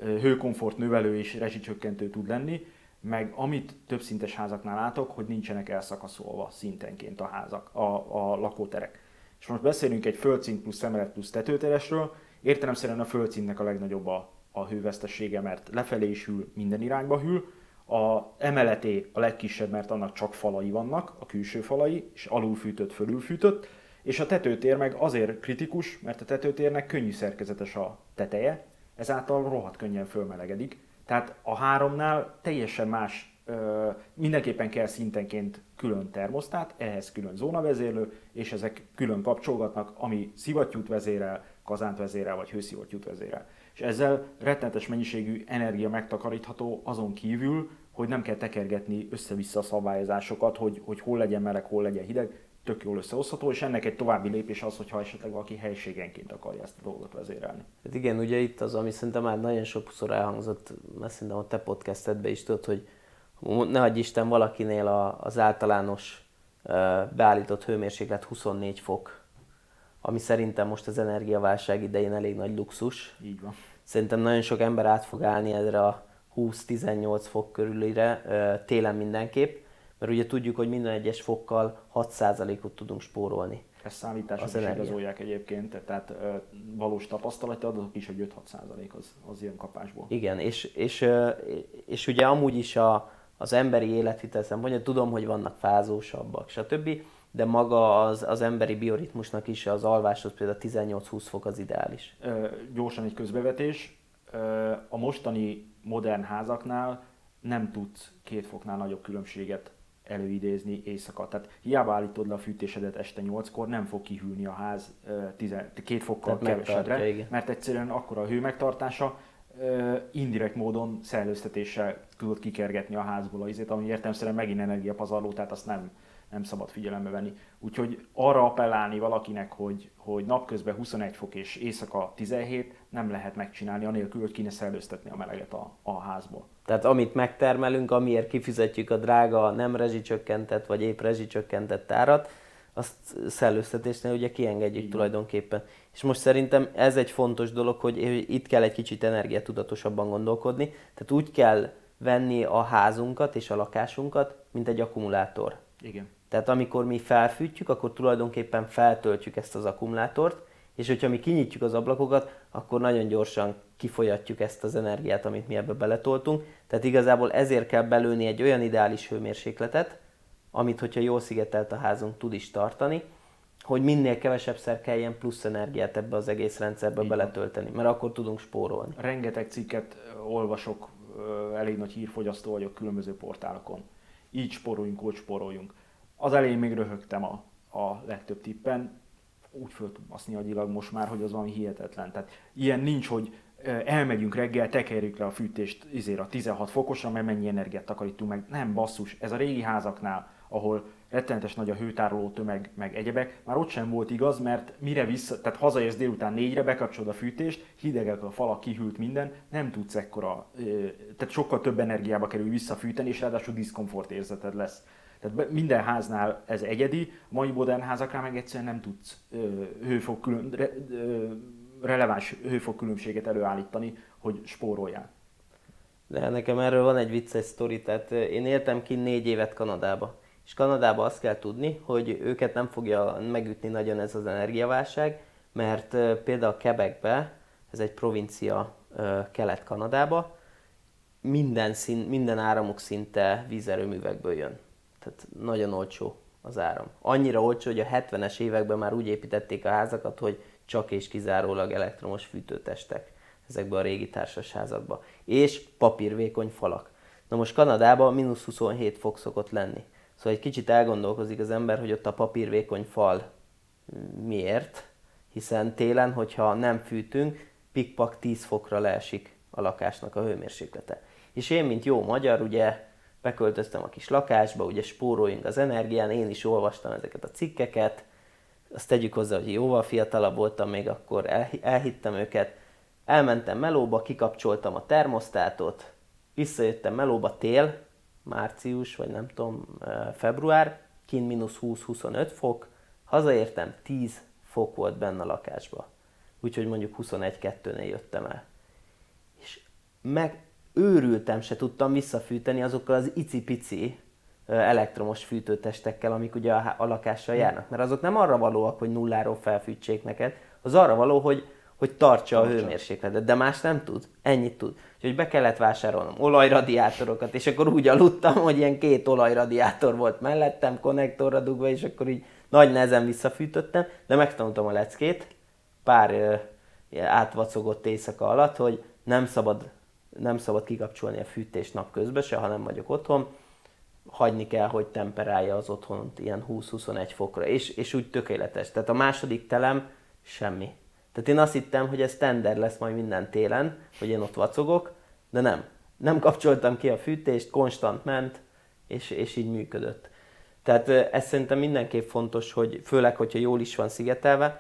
hőkomfort növelő és rezsicsökkentő tud lenni, meg amit többszintes házaknál látok, hogy nincsenek elszakaszolva szintenként a házak, a, a lakóterek. És most beszélünk egy földszint plusz emelet plusz tetőteresről, értelemszerűen a földszintnek a legnagyobb a, a hővesztessége, mert lefelé is hűl, minden irányba hűl, a emeleté a legkisebb, mert annak csak falai vannak, a külső falai, és alulfűtött, fölülfűtött, és a tetőtér meg azért kritikus, mert a tetőtérnek könnyű szerkezetes a teteje, ezáltal rohadt könnyen fölmelegedik. Tehát a háromnál teljesen más, ö, mindenképpen kell szintenként külön termosztát, ehhez külön zónavezérlő, és ezek külön kapcsolgatnak, ami szivattyút vezérel, kazánt vezérel, vagy hőszivattyút vezérel. És ezzel rettenetes mennyiségű energia megtakarítható azon kívül, hogy nem kell tekergetni össze-vissza a szabályozásokat, hogy, hogy hol legyen meleg, hol legyen hideg, tök jól összehozható, és ennek egy további lépés az, hogyha esetleg valaki helységenként akarja ezt a dolgot vezérelni. Hát igen, ugye itt az, ami szerintem már nagyon sokszor elhangzott, mert szerintem a te podcastedben is tudod, hogy ne adj Isten valakinél az általános beállított hőmérséklet huszonnégy fok, ami szerintem most az energiaválság idején elég nagy luxus. Így van. Szerintem nagyon sok ember át fog állni erre a húsz-tizennyolc fok körülire télen mindenképp, mert ugye tudjuk, hogy minden egyes fokkal hat százalékot tudunk spórolni. Ezt számítások is igazolják egyébként, tehát valós tapasztalati adatok is, hogy öt-hat százalék az, az ilyen kapásból. Igen, és, és, és ugye amúgy is a, az emberi életvitel szempontjából, tudom, hogy vannak fázósabbak, stb., de maga az, az emberi bioritmusnak is az alváshoz például tizennyolc-húsz fok az ideális. Ö, gyorsan egy közbevetés. Ö, a mostani modern házaknál nem tudsz két foknál nagyobb különbséget előidézni éjszaka. Tehát hiába állítod le a fűtésedet este nyolckor, nem fog kihűlni a ház két fokkal Tehát kevesedre, megtartja, mert egyszerűen akkora a hőmegtartása, ö, indirekt módon szellőztetéssel tudod kikergetni a házból a izét, ami értelemszerűen megint energiapazarló, tehát azt nem, nem szabad figyelembe venni. Úgyhogy arra appellálni valakinek, hogy, hogy napközben huszonegy fok és éjszaka tizenhét, nem lehet megcsinálni, anélkül, hogy kéne szellőztetni a meleget a, a házból. Tehát amit megtermelünk, amiért kifizetjük a drága nem rezsicsökkentett, vagy épp rezsicsökkentett árat, azt szellőztetésnél ugye kiengedjük tulajdonképpen. És most szerintem ez egy fontos dolog, hogy itt kell egy kicsit energiatudatosabban gondolkodni. Tehát úgy kell venni a házunkat és a lakásunkat, mint egy akkumulátor. Igen. Tehát amikor mi felfűtjük, akkor tulajdonképpen feltöltjük ezt az akkumulátort, és hogyha mi kinyitjuk az ablakokat, akkor nagyon gyorsan kifolyatjuk ezt az energiát, amit mi ebbe beletoltunk. Tehát igazából ezért kell belőni egy olyan ideális hőmérsékletet, amit, hogyha jól szigetelt a házunk, tud is tartani, hogy minél kevesebbszer kelljen plusz energiát ebbe az egész rendszerbe így beletölteni, mert akkor tudunk spórolni. Rengeteg cikket olvasok, elég nagy hírfogyasztó vagyok különböző portálokon. Így spóroljunk, úgy spóroljunk. Az elején még röhögtem a, a legtöbb tippen, úgy föl tudom baszni agyilag most már, hogy az valami hihetetlen. Tehát ilyen nincs, hogy elmegyünk reggel, tekerjük le a fűtést izére a tizenhat fokosra, mert mennyi energiát takarítunk meg. Nem basszus, ez a régi házaknál, ahol rettenetes nagy a hőtároló tömeg, meg egyebek, már ott sem volt igaz, mert mire vissza, tehát hazaérsz délután négyre, bekapcsolod a fűtést, hidegek a falak, kihűlt minden, nem tudsz ekkora, tehát sokkal több energiába kerül visszafűteni, és ráadásul diszkomfort érzeted lesz. Tehát minden háznál ez egyedi, a mai modern házaknál meg egyszerűen nem tudsz hőfok külön, re, releváns hőfokkülönbséget előállítani, hogy spóroljál. De nekem erről van egy vicces sztori, tehát én éltem ki négy évet Kanadába. És Kanadában azt kell tudni, hogy őket nem fogja megütni nagyon ez az energiaválság, mert például Quebecbe, ez egy provincia Kelet-Kanadába, minden, szín, minden áramuk szinte vízerőművekből jön. Tehát nagyon olcsó az áram. Annyira olcsó, hogy a hetvenes években már úgy építették a házakat, hogy csak és kizárólag elektromos fűtőtestek ezekben a régi társasházakban. És papírvékony falak. Na most Kanadában mínusz huszonhét fok szokott lenni. Szóval egy kicsit elgondolkozik az ember, hogy ott a papírvékony fal miért, hiszen télen, hogyha nem fűtünk, pikpak tíz fokra leesik a lakásnak a hőmérséklete. És én, mint jó magyar, ugye beköltöztem a kis lakásba, ugye spóroljunk az energián, én is olvastam ezeket a cikkeket, azt tegyük hozzá, hogy jóval fiatalabb voltam még, akkor elhittem őket, elmentem melóba, kikapcsoltam a termosztátot, visszajöttem melóba tél, március, vagy nem tudom, február, kint mínusz húsz-huszonöt fok, hazaértem, tíz fok volt benne a lakásba. Úgyhogy mondjuk huszonegy-kettőnél jöttem el. És meg őrültem se tudtam visszafűteni azokkal az icipici elektromos fűtőtestekkel, amik ugye a, a lakással járnak. Mert azok nem arra valóak, hogy nulláról felfűtsék neked, az arra való, hogy, hogy tartsa a hőmérsékletet, de más nem tud. Ennyit tud. Úgyhogy be kellett vásárolnom olajradiátorokat, és akkor úgy aludtam, hogy ilyen két olajradiátor volt mellettem, konnektorra dugva, és akkor így nagy nehezen visszafűtöttem, de megtanultam a leckét, pár uh, átvacogott éjszaka alatt, hogy nem szabad, nem szabad kikapcsolni a fűtést napközben se, ha nem vagyok otthon, hagyni kell, hogy temperálja az otthont ilyen húsz-huszonegy fokra, és, és úgy tökéletes. Tehát a második telem semmi. Tehát én azt hittem, hogy ez tender lesz majd minden télen, hogy én ott vacogok, de nem. Nem kapcsoltam ki a fűtést, konstant ment, és, és így működött. Tehát ez szerintem mindenképp fontos, hogy főleg, hogyha jól is van szigetelve,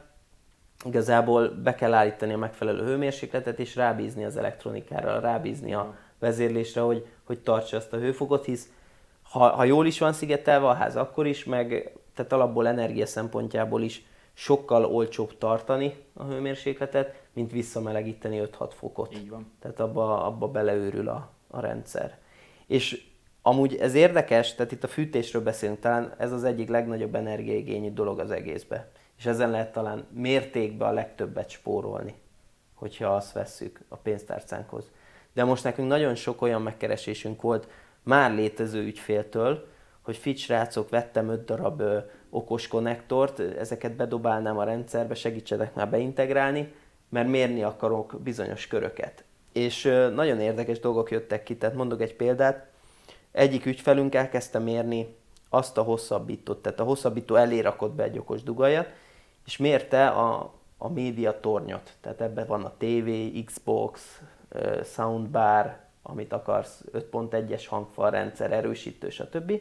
igazából be kell állítani a megfelelő hőmérsékletet, és rábízni az elektronikára, rábízni a vezérlésre, hogy, hogy tartsa azt a hőfokot, hisz ha, ha jól is van szigetelve a ház, akkor is, meg tehát alapból energia szempontjából is sokkal olcsóbb tartani a hőmérsékletet, mint visszamelegíteni öt-hat fokot. Így van. Tehát abba, abba beleőrül a, a rendszer. És amúgy ez érdekes, tehát itt a fűtésről beszélünk, talán ez az egyik legnagyobb energiaigényű dolog az egészben. És ezen lehet talán mértékben a legtöbbet spórolni, hogyha azt vesszük a pénztárcánkhoz. De most nekünk nagyon sok olyan megkeresésünk volt már létező ügyféltől, hogy fit srácok, vettem öt darab ö, okos konnektort, ezeket bedobálnám a rendszerbe, segítsenek már beintegrálni, mert mérni akarok bizonyos köröket. És ö, nagyon érdekes dolgok jöttek ki, tehát mondok egy példát. Egyik ügyfelünk elkezdte mérni azt a hosszabbítót, tehát a hosszabbító elé rakott be egy okos dugajat, és mérte a, a média tornyot. Tehát ebben van a tévé, Xbox, uh, soundbar, amit akarsz, öt pont egyes hangfalrendszer, erősítő, stb.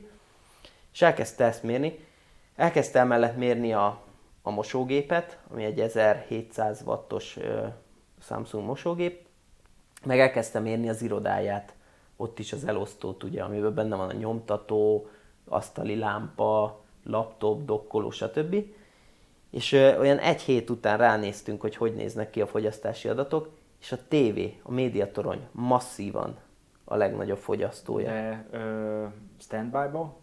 És elkezdte ezt mérni. Elkezdte emellett mérni a, a mosógépet, ami egy ezerhétszáz wattos uh, Samsung mosógép, meg elkezdte mérni az irodáját. Ott is az elosztót, ugye, amiben benne van a nyomtató, asztali lámpa, laptop, dokkoló, stb. És ö, olyan egy hét után ránéztünk, hogy hogy néznek ki a fogyasztási adatok, és a tévé, a médiatorony masszívan a legnagyobb fogyasztója. De ö, standby-ba?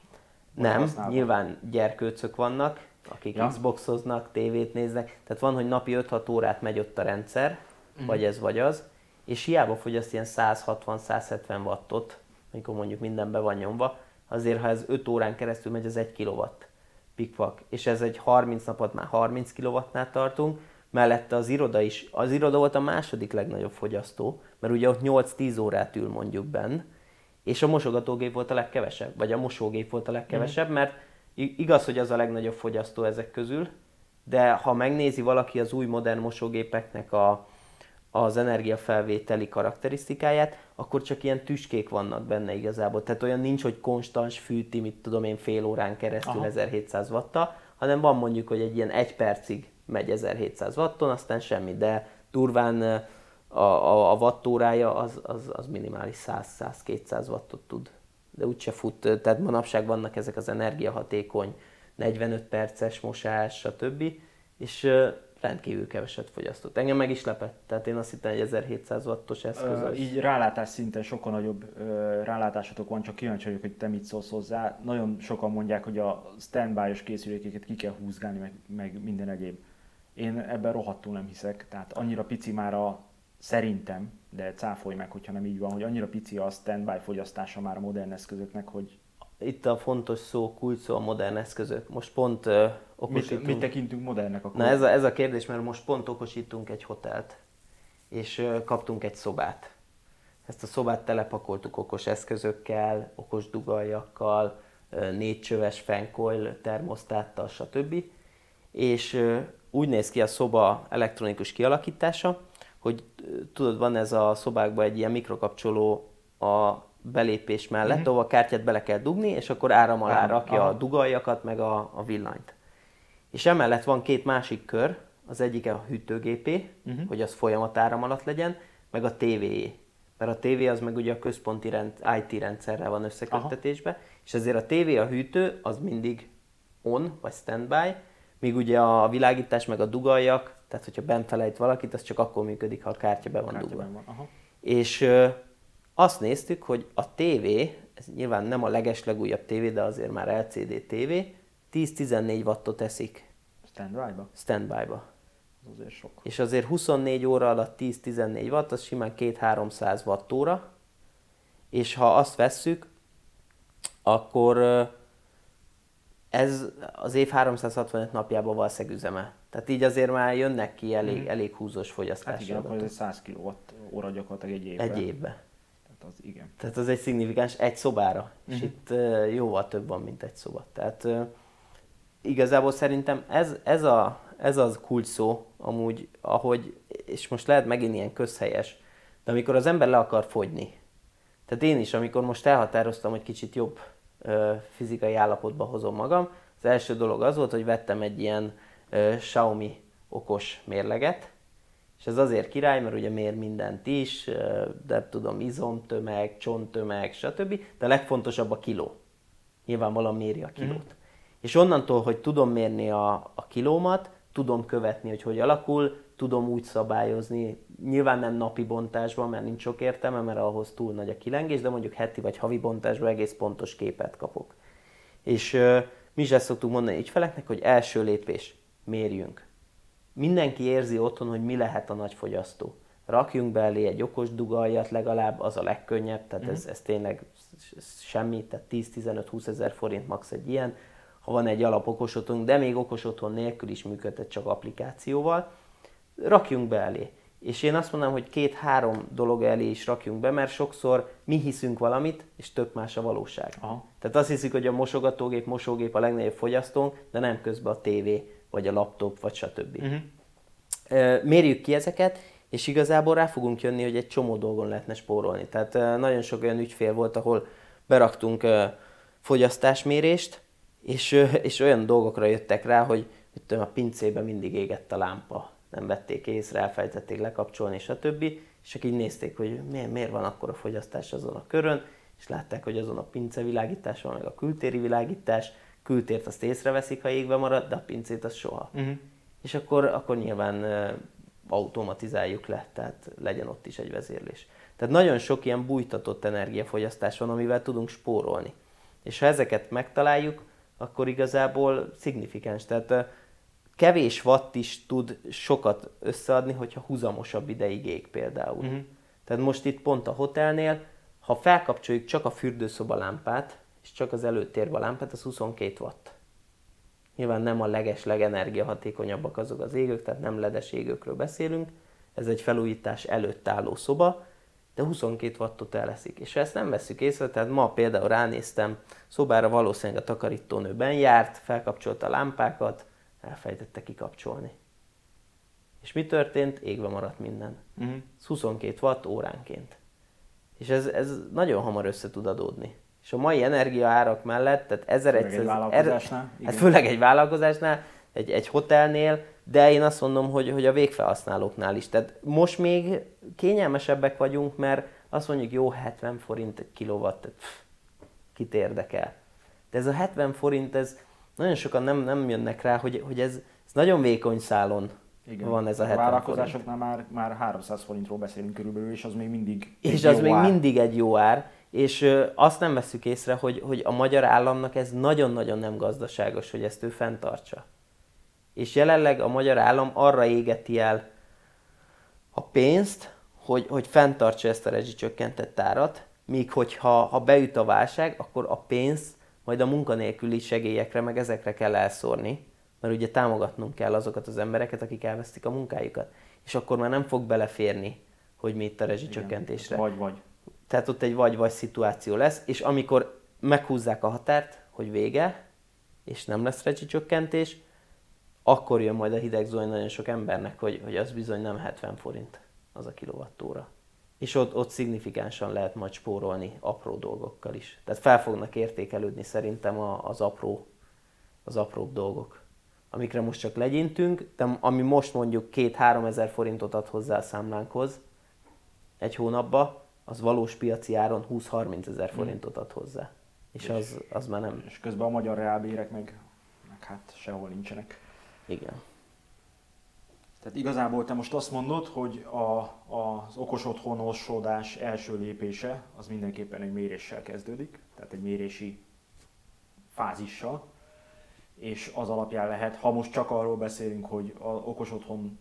Nem, nyilván gyerkőcök vannak, akik ja. Xboxoznak, tévét néznek, tehát van, hogy napi öt-hat órát megy ott a rendszer, mm. vagy ez vagy az, és hiába fogyaszt ilyen száz hatvan-száz hetven wattot, amikor mondjuk mindenben van nyomva, azért ha ez öt órán keresztül megy, az egy kilowatt pikpak, és ez egy harminc napot már harminc kilowattnál tartunk, mellette az iroda is, az iroda volt a második legnagyobb fogyasztó, mert ugye ott nyolc-tíz órát ül mondjuk benn, és a mosogatógép volt a legkevesebb, vagy a mosógép volt a legkevesebb, mm. mert igaz, hogy az a legnagyobb fogyasztó ezek közül, de ha megnézi valaki az új modern mosógépeknek a az energiafelvételi karakterisztikáját, akkor csak ilyen tüskék vannak benne igazából. Tehát olyan nincs, hogy konstans fűti, mit tudom én, fél órán keresztül Aha. ezerhétszáz watttal, hanem van mondjuk, hogy egy ilyen egy percig megy ezerhétszáz watton, aztán semmi, de durván a, a, a wattórája az, az, az minimális száz-száz-kétszáz wattot tud. De úgyse fut, tehát manapság vannak ezek az energiahatékony negyvenöt perces mosás, stb. És rendkívül keveset fogyasztott. Engem meg is lepett, tehát én azt hittem, hogy ezerhétszáz wattos eszköz. Ö, így rálátás szinten sokkal nagyobb ö, rálátásotok van, csak kíváncsi vagyok, hogy te mit szólsz hozzá. Nagyon sokan mondják, hogy a standby-os készülékeket ki kell húzgálni, meg, meg minden egyéb. Én ebben rohadtul nem hiszek, tehát annyira pici már a, szerintem, de cáfolj meg, hogyha nem így van, hogy annyira pici a standby fogyasztása már a modern eszközöknek, hogy... Itt a fontos szó, kulcs szó a modern eszközök. Most pont uh, okosítunk... Mit, mit tekintünk modernnek akkor? Na ez a, ez a kérdés, mert most pont okosítunk egy hotelt, és uh, kaptunk egy szobát. Ezt a szobát telepakoltuk okos eszközökkel, okos dugaljakkal, uh, négycsöves fancoil termosztáttal, stb. És uh, úgy néz ki a szoba elektronikus kialakítása, hogy uh, tudod, van ez a szobákban egy ilyen mikrokapcsoló a belépés mellett, uh-huh. ahol a kártyát bele kell dugni, és akkor áram alá rakja a dugaljakat, meg a, a villanyt. És emellett van két másik kör, az egyik a hűtőgépé, uh-huh. hogy az folyamat áram alatt legyen, meg a tévéjé. Mert a tévé az meg ugye a központi rend, i té rendszerrel van összeköttetésben, és ezért a tévé, a hűtő az mindig on, vagy standby, míg ugye a világítás meg a dugaljak, tehát hogyha bent felejt valakit, az csak akkor működik, ha a kártya be van dugva. És ö, azt néztük, hogy a tévé, ez nyilván nem a legeslegújabb tévé, de azért már el cé dé tévé, tíz-tizennégy wattot eszik. Standby-ba? Standby-ba. Az azért sok. És azért huszonnégy óra alatt tíz-tizennégy watt, az simán kétszáz-háromszáz wattóra. És ha azt vesszük, akkor ö, ez az év háromszázhatvanöt napjában valószínűleg üzeme. Tehát így azért már jönnek ki elég, mm. elég húzós fogyasztási Hát igen, adatok. akkor ez száz kilowatt óra gyakorlatilag egy évben. Egy évben. Tehát az igen. Tehát az egy szignifikáns egy szobára. Mm-hmm. És itt uh, jóval több van, mint egy szoba. Tehát uh, igazából szerintem ez, ez, a, ez az kulcs szó, amúgy, ahogy, és most lehet megint ilyen közhelyes, de amikor az ember le akar fogyni. Tehát én is, amikor most elhatároztam, hogy kicsit jobb uh, fizikai állapotba hozom magam, az első dolog az volt, hogy vettem egy ilyen uh, Xiaomi okos mérleget, és ez azért király, mert ugye mér mindent is, uh, de tudom, izomtömeg, csonttömeg, stb. De a legfontosabb a kiló. Nyilvánvalóan méri a kilót. Mm. És onnantól, hogy tudom mérni a, a kilómat, tudom követni, hogy hogy alakul, tudom úgy szabályozni, nyilván nem napi bontásban, mert nincs sok értelme, mert ahhoz túl nagy a kilengés, de mondjuk heti vagy havi bontásban egész pontos képet kapok. És uh, mi is ezt szoktuk mondani ügyfeleknek, hogy első lépés, mérjünk. Mindenki érzi otthon, hogy mi lehet a nagy fogyasztó. Rakjunk be elé egy okos dugaljat legalább, az a legkönnyebb, tehát mm. ez, ez tényleg semmi, tehát tíz-tizenöt-húsz ezer forint max egy ilyen, ha van egy alap okos otthon, de még okos otthon nélkül is működhet csak applikációval, rakjunk be elé. És én azt mondom, hogy két-három dolog elé is rakjunk be, mert sokszor mi hiszünk valamit, és tök más a valóság. Aha. Tehát azt hiszik, hogy a mosogatógép, mosógép a legnagyobb fogyasztónk, de nem közben a tévé, vagy a laptop, vagy stb. Uh-huh. Mérjük ki ezeket, és igazából rá fogunk jönni, hogy egy csomó dolgon lehetne spórolni. Tehát nagyon sok olyan ügyfél volt, ahol beraktunk fogyasztásmérést, és, és olyan dolgokra jöttek rá, hogy tudom, a pincében mindig égett a lámpa. Nem vették észre, elfelejtették lekapcsolni, stb. És csak így nézték, hogy miért, miért van akkor a fogyasztás azon a körön, és látták, hogy azon a pincevilágítás van, meg a kültéri világítás, kültért azt észreveszik, ha égve marad, de a pincét az soha. Uh-huh. És akkor, akkor nyilván uh, automatizáljuk le, tehát legyen ott is egy vezérlés. Tehát nagyon sok ilyen bújtatott energiafogyasztás van, amivel tudunk spórolni. És ha ezeket megtaláljuk, akkor igazából szignifikáns. Tehát uh, kevés watt is tud sokat összeadni, hogyha húzamosabb ideig ég például. Uh-huh. Tehát most itt pont a hotelnél, ha felkapcsoljuk csak a fürdőszoba lámpát, és csak az előtérbe a lámpát, az huszonkét watt. Nyilván nem a leges-leg energiahatékonyabbak azok az égők, tehát nem ledes égőkről beszélünk, ez egy felújítás előtt álló szoba, de huszonkét wattot eleszik. És ha ezt nem vesszük észre, tehát ma például ránéztem, szobára valószínűleg a takarítónő benn járt, felkapcsolta a lámpákat, elfelejtette kikapcsolni. És mi történt? Égve maradt minden. Uh-huh. Ez huszonkét watt óránként. És ez, ez nagyon hamar össze tud adódni. És a mai energiaárak mellett, tehát ezerszáz... Főleg egy vállalkozásnál? Er, hát főleg egy vállalkozásnál, egy, egy hotelnél, de én azt mondom, hogy, hogy a végfelhasználóknál is. Tehát most még kényelmesebbek vagyunk, mert azt mondjuk, jó, hetven forint egy kilowatt, pff, kit érdekel. De ez a hetven forint, ez nagyon sokan nem, nem jönnek rá, hogy, hogy ez, ez nagyon vékony szálon. Igen. Van ez a, a hetven vállalkozásoknál már, már háromszáz forintról beszélünk körülbelül, és az még mindig És az még ár. mindig egy jó ár. És ö, azt nem veszük észre, hogy, hogy a magyar államnak ez nagyon-nagyon nem gazdaságos, hogy ezt ő fenntartsa. És jelenleg a magyar állam arra égeti el a pénzt, hogy, hogy fenntartsa ezt a rezsicsökkentett árat, míg hogyha ha beüt a válság, akkor a pénzt majd a munkanélküli segélyekre, meg ezekre kell elszórni, mert ugye támogatnunk kell azokat az embereket, akik elvesztik a munkájukat. És akkor már nem fog beleférni, hogy mi itt a rezsicsökkentésre. Vagy, vagy. Tehát ott egy vagy-vagy szituáció lesz, és amikor meghúzzák a határt, hogy vége, és nem lesz rezsicsökkentés, akkor jön majd a hideg zuhany nagyon sok embernek, hogy, hogy az bizony nem hetven forint az a kilowattóra. És ott, ott szignifikánsan lehet majd spórolni apró dolgokkal is. Tehát fel fognak értékelődni szerintem az apró, az apróbb dolgok, amikre most csak legyintünk, de ami most mondjuk két-három ezer forintot ad hozzá a számlánkhoz egy hónapba, az valós piaci áron húsz-harminc ezer forintot ad hozzá. És, és az, az már nem... És közben a magyar reálbérek meg, meg hát sehol nincsenek. Igen. Tehát igazából te most azt mondod, hogy a, az okos otthonosodás első lépése az mindenképpen egy méréssel kezdődik, tehát egy mérési fázissal, és az alapján lehet, ha most csak arról beszélünk, hogy az okos otthon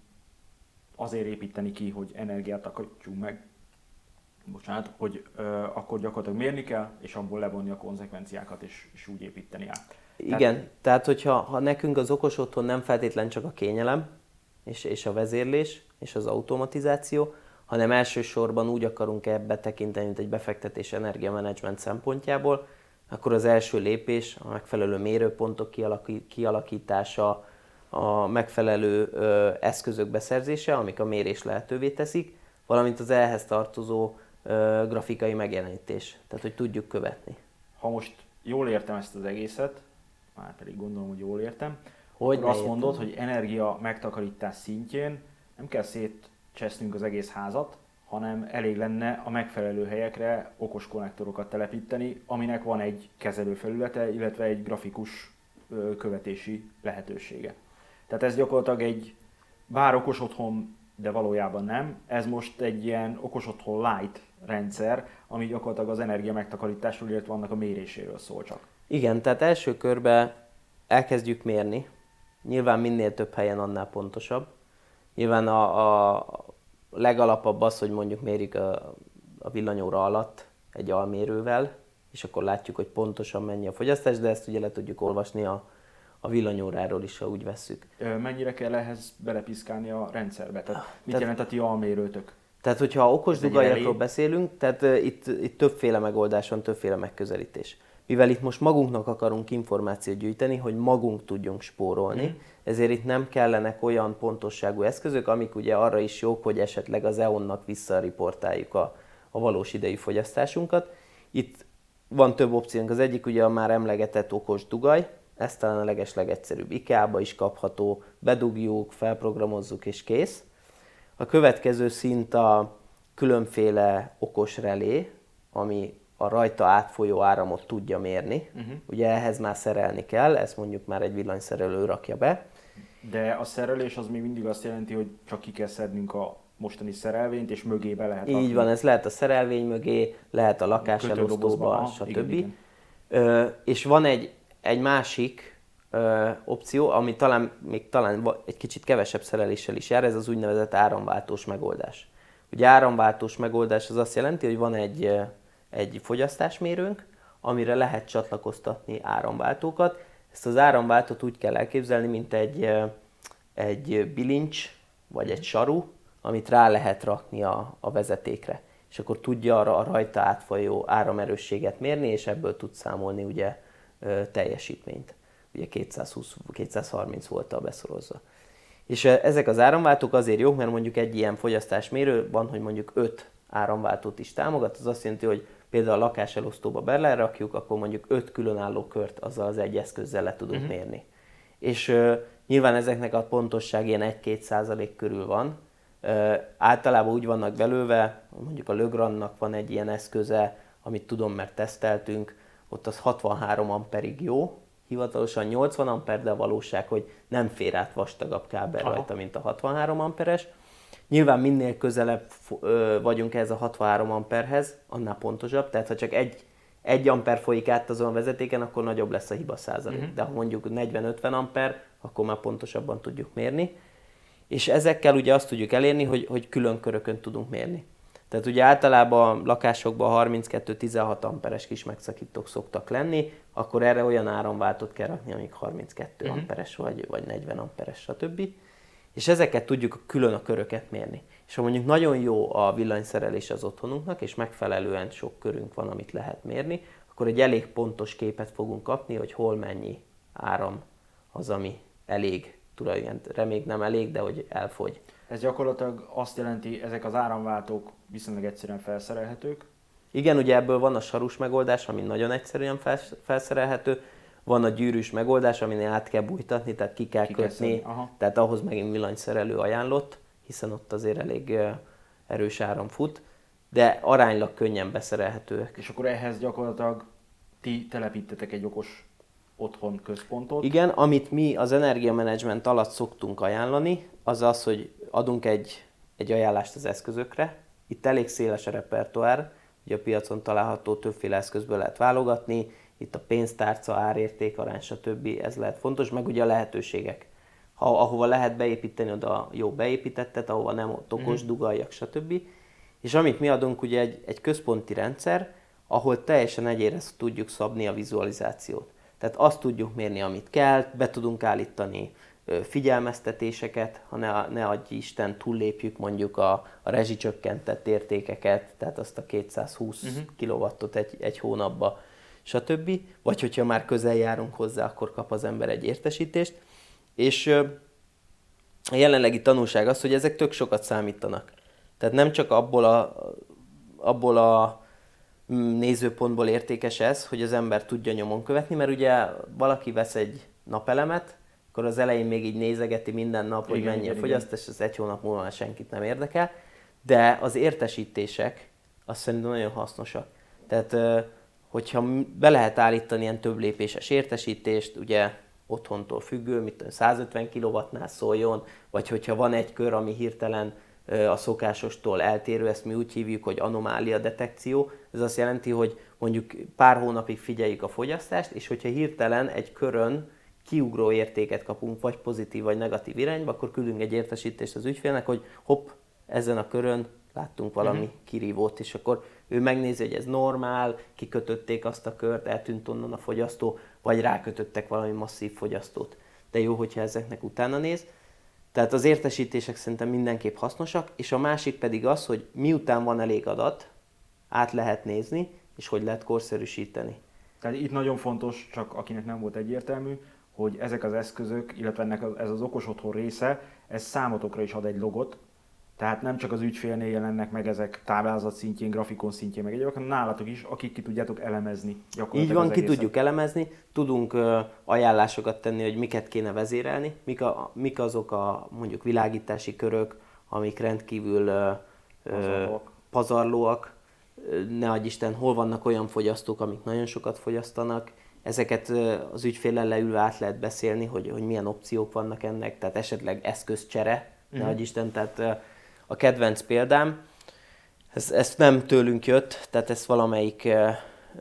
azért építeni ki, hogy energiát takarítsunk meg, bocsánat, hogy ö, akkor gyakorlatilag mérni kell, és abból levonni a konzekvenciákat, és, és úgy építeni át. Igen, tehát, tehát hogyha ha nekünk az okos otthon nem feltétlen csak a kényelem, és, és a vezérlés, és az automatizáció, hanem elsősorban úgy akarunk ebbe tekinteni, mint egy befektetés energiamenedzsment szempontjából, akkor az első lépés a megfelelő mérőpontok kialakítása, a megfelelő ö, eszközök beszerzése, amik a mérés lehetővé teszik, valamint az ehhez tartozó ö, grafikai megjelenítés, tehát hogy tudjuk követni. Ha most jól értem ezt az egészet, már pedig gondolom, hogy jól értem, hogy akkor azt értem. mondod, hogy energia megtakarítás szintjén nem kell szétcsesznünk az egész házat, hanem elég lenne a megfelelő helyekre okos konnektorokat telepíteni, aminek van egy kezelőfelülete, illetve egy grafikus ö, követési lehetősége. Tehát ez gyakorlatilag egy bár okos otthon, de valójában nem. Ez most egy ilyen okos otthon light rendszer, ami gyakorlatilag az energia megtakarításról, illetve annak a méréséről szól csak. Igen, tehát első körben elkezdjük mérni. Nyilván minél több helyen, annál pontosabb. Nyilván a, a legalapabb az, hogy mondjuk mérjük a, a villanyóra alatt egy almérővel, és akkor látjuk, hogy pontosan mennyi a fogyasztás, de ezt ugye le tudjuk olvasni a a villanyóráról is, ha úgy vesszük. Mennyire kell ehhez belepiszkálni a rendszerbe? Tehát mit tehát, jelent a ti almérőtök? Tehát, hogyha okos dugajokról beszélünk, tehát uh, itt, itt többféle megoldás van, többféle megközelítés. Mivel itt most magunknak akarunk információt gyűjteni, hogy magunk tudjunk spórolni, mm. ezért itt nem kellenek olyan pontosságú eszközök, amik ugye arra is jók, hogy esetleg az é o en-nak visszariportáljuk a, a valós idejű fogyasztásunkat. Itt van több opciónk. Az egyik ugye a már emlegetett okos dugaj, ez talán a legeslegegyszerűbb. IKEA-ba is kapható, bedugjuk, felprogramozzuk és kész. A következő szint a különféle okos relé, ami a rajta átfolyó áramot tudja mérni. Uh-huh. Ugye ehhez már szerelni kell, ezt mondjuk már egy villanyszerelő rakja be. De a szerelés az még mindig azt jelenti, hogy csak ki kell szednünk a mostani szerelvényt, és mögébe lehet rakni. Így van, ez lehet a szerelvény mögé, lehet a lakáselosztóba, stb. Igen, igen. Ö, és van egy Egy másik ö, opció, ami talán még talán egy kicsit kevesebb szereléssel is jár, ez az úgynevezett áramváltós megoldás. Ugye áramváltós megoldás az azt jelenti, hogy van egy, egy fogyasztásmérőnk, amire lehet csatlakoztatni áramváltókat. Ezt az áramváltót úgy kell elképzelni, mint egy, egy bilincs vagy egy saru, amit rá lehet rakni a, a vezetékre. És akkor tudja a rajta átfolyó áramerősséget mérni, és ebből tud számolni ugye teljesítményt. Ugye kétszázhúsz-kétszázharminc volttal beszorozva. És ezek az áramváltók azért jók, mert mondjuk egy ilyen fogyasztásmérő van, hogy mondjuk öt áramváltót is támogat, az azt jelenti, hogy például a lakáselosztóba belerakjuk, akkor mondjuk öt különálló kört azzal az egy eszközzel le tudunk uh-huh. mérni. És uh, nyilván ezeknek a pontosság ilyen egy-két százalék körül van. Uh, általában úgy vannak belőve, mondjuk a Legrandnak van egy ilyen eszköze, amit tudom, mert teszteltünk, ott az hatvanhárom amperig jó, hivatalosan nyolcvan amper, de a valóság, hogy nem fér át vastagabb kábel Aha. rajta, mint a hatvanhárom amperes. Nyilván minél közelebb vagyunk ehhez a hatvanhárom amperhez, annál pontosabb, tehát ha csak egy, egy amper folyik át azon a vezetéken, akkor nagyobb lesz a hiba százalék. Uh-huh. De ha mondjuk negyven-ötven amper, akkor már pontosabban tudjuk mérni. És ezekkel ugye azt tudjuk elérni, hogy, hogy külön körökön tudunk mérni. Tehát ugye általában a lakásokban harminckettő-tizenhat amperes kis megszakítók szoktak lenni, akkor erre olyan áramváltót kell rakni, amik harminckettő uh-huh. amperes vagy, vagy negyven amperes, stb. És ezeket tudjuk külön a köröket mérni. És ha mondjuk nagyon jó a villanyszerelés az otthonunknak, és megfelelően sok körünk van, amit lehet mérni, akkor egy elég pontos képet fogunk kapni, hogy hol mennyi áram az, ami elég, tulajdonképpen még nem elég, de hogy elfogy. Ez gyakorlatilag azt jelenti, ezek az áramváltók viszonylag egyszerűen felszerelhetők. Igen, ugye ebből van a sarus megoldás, ami nagyon egyszerűen felszerelhető, van a gyűrűs megoldás, aminél át kell bújtatni, tehát ki kell ki kötni, kell tehát ahhoz megint villanyszerelő ajánlott, hiszen ott azért elég erős áram fut, de aránylag könnyen beszerelhetőek. És akkor ehhez gyakorlatilag ti telepítetek egy okos otthon központot. Igen, amit mi az energiamenedzsment alatt szoktunk ajánlani, az az, hogy adunk egy, egy ajánlást az eszközökre. Itt elég széles a repertoár, ugye a piacon található többféle eszközből lehet válogatni, itt a pénztárca, árértékarány, stb. Ez lehet fontos, meg ugye a lehetőségek. Ha, ahova lehet beépíteni, oda jó beépítettet, ahova nem, ott okos dugaljak, stb. És amit mi adunk, ugye egy, egy központi rendszer, ahol teljesen egyére tudjuk szabni a vizualizációt. Tehát azt tudjuk mérni, amit kell, be tudunk állítani figyelmeztetéseket, ha ne, ne adj Isten, túllépjük mondjuk a, a rezsicsökkentett értékeket, tehát azt a kétszázhúsz uh-huh. kilowattot egy, egy hónapba, stb. Vagy hogyha már közel járunk hozzá, akkor kap az ember egy értesítést. És a jelenlegi tanulság az, hogy ezek tök sokat számítanak. Tehát nem csak abból a, abból a nézőpontból értékes ez, hogy az ember tudja nyomon követni, mert ugye valaki vesz egy napelemet, akkor az elején még így nézegeti minden nap, hogy igen, mennyi igen, a fogyasztás, az egy hónap múlva már senkit nem érdekel, de az értesítések azt szerintem nagyon hasznosak. Tehát, hogyha be lehet állítani ilyen több lépéses értesítést, ugye otthontól függő, mit tudom, százötven kilowattnál szóljon, vagy hogyha van egy kör, ami hirtelen a szokásostól eltérő, ezt mi úgy hívjuk, hogy anomália detekció. Ez azt jelenti, hogy mondjuk pár hónapig figyeljük a fogyasztást, és hogyha hirtelen egy körön kiugró értéket kapunk, vagy pozitív, vagy negatív irányba, akkor küldünk egy értesítést az ügyfélnek, hogy hopp, ezen a körön láttunk valami uh-huh. kirívót, és akkor ő megnézi, hogy ez normál, kikötötték azt a kört, eltűnt onnan a fogyasztó, vagy rákötöttek valami masszív fogyasztót. De jó, hogyha ezeknek utána néz. Tehát az értesítések szerintem mindenképp hasznosak, és a másik pedig az, hogy miután van elég adat, át lehet nézni, és hogy lehet korszerűsíteni. Tehát itt nagyon fontos, csak akinek nem volt egyértelmű, hogy ezek az eszközök, illetve ennek az, ez az okos otthon része, ez számotokra is ad egy logot, tehát nem csak az ügyfélnél jelennek meg ezek táblázat szintjén, grafikon szintjén, meg egyébként, hanem nálatok is, akik ki tudjátok elemezni. Így van, ki tudjuk elemezni, tudunk uh, ajánlásokat tenni, hogy miket kéne vezérelni, mik, a, mik azok a mondjuk világítási körök, amik rendkívül uh, pazarlóak. pazarlóak. Ne adj Isten, hol vannak olyan fogyasztók, amik nagyon sokat fogyasztanak. Ezeket az ügyféllel leülve át lehet beszélni, hogy, hogy milyen opciók vannak ennek, tehát esetleg eszközcsere, ne adj Isten, tehát a kedvenc példám, ez, ezt nem tőlünk jött, tehát ezt valamelyik uh,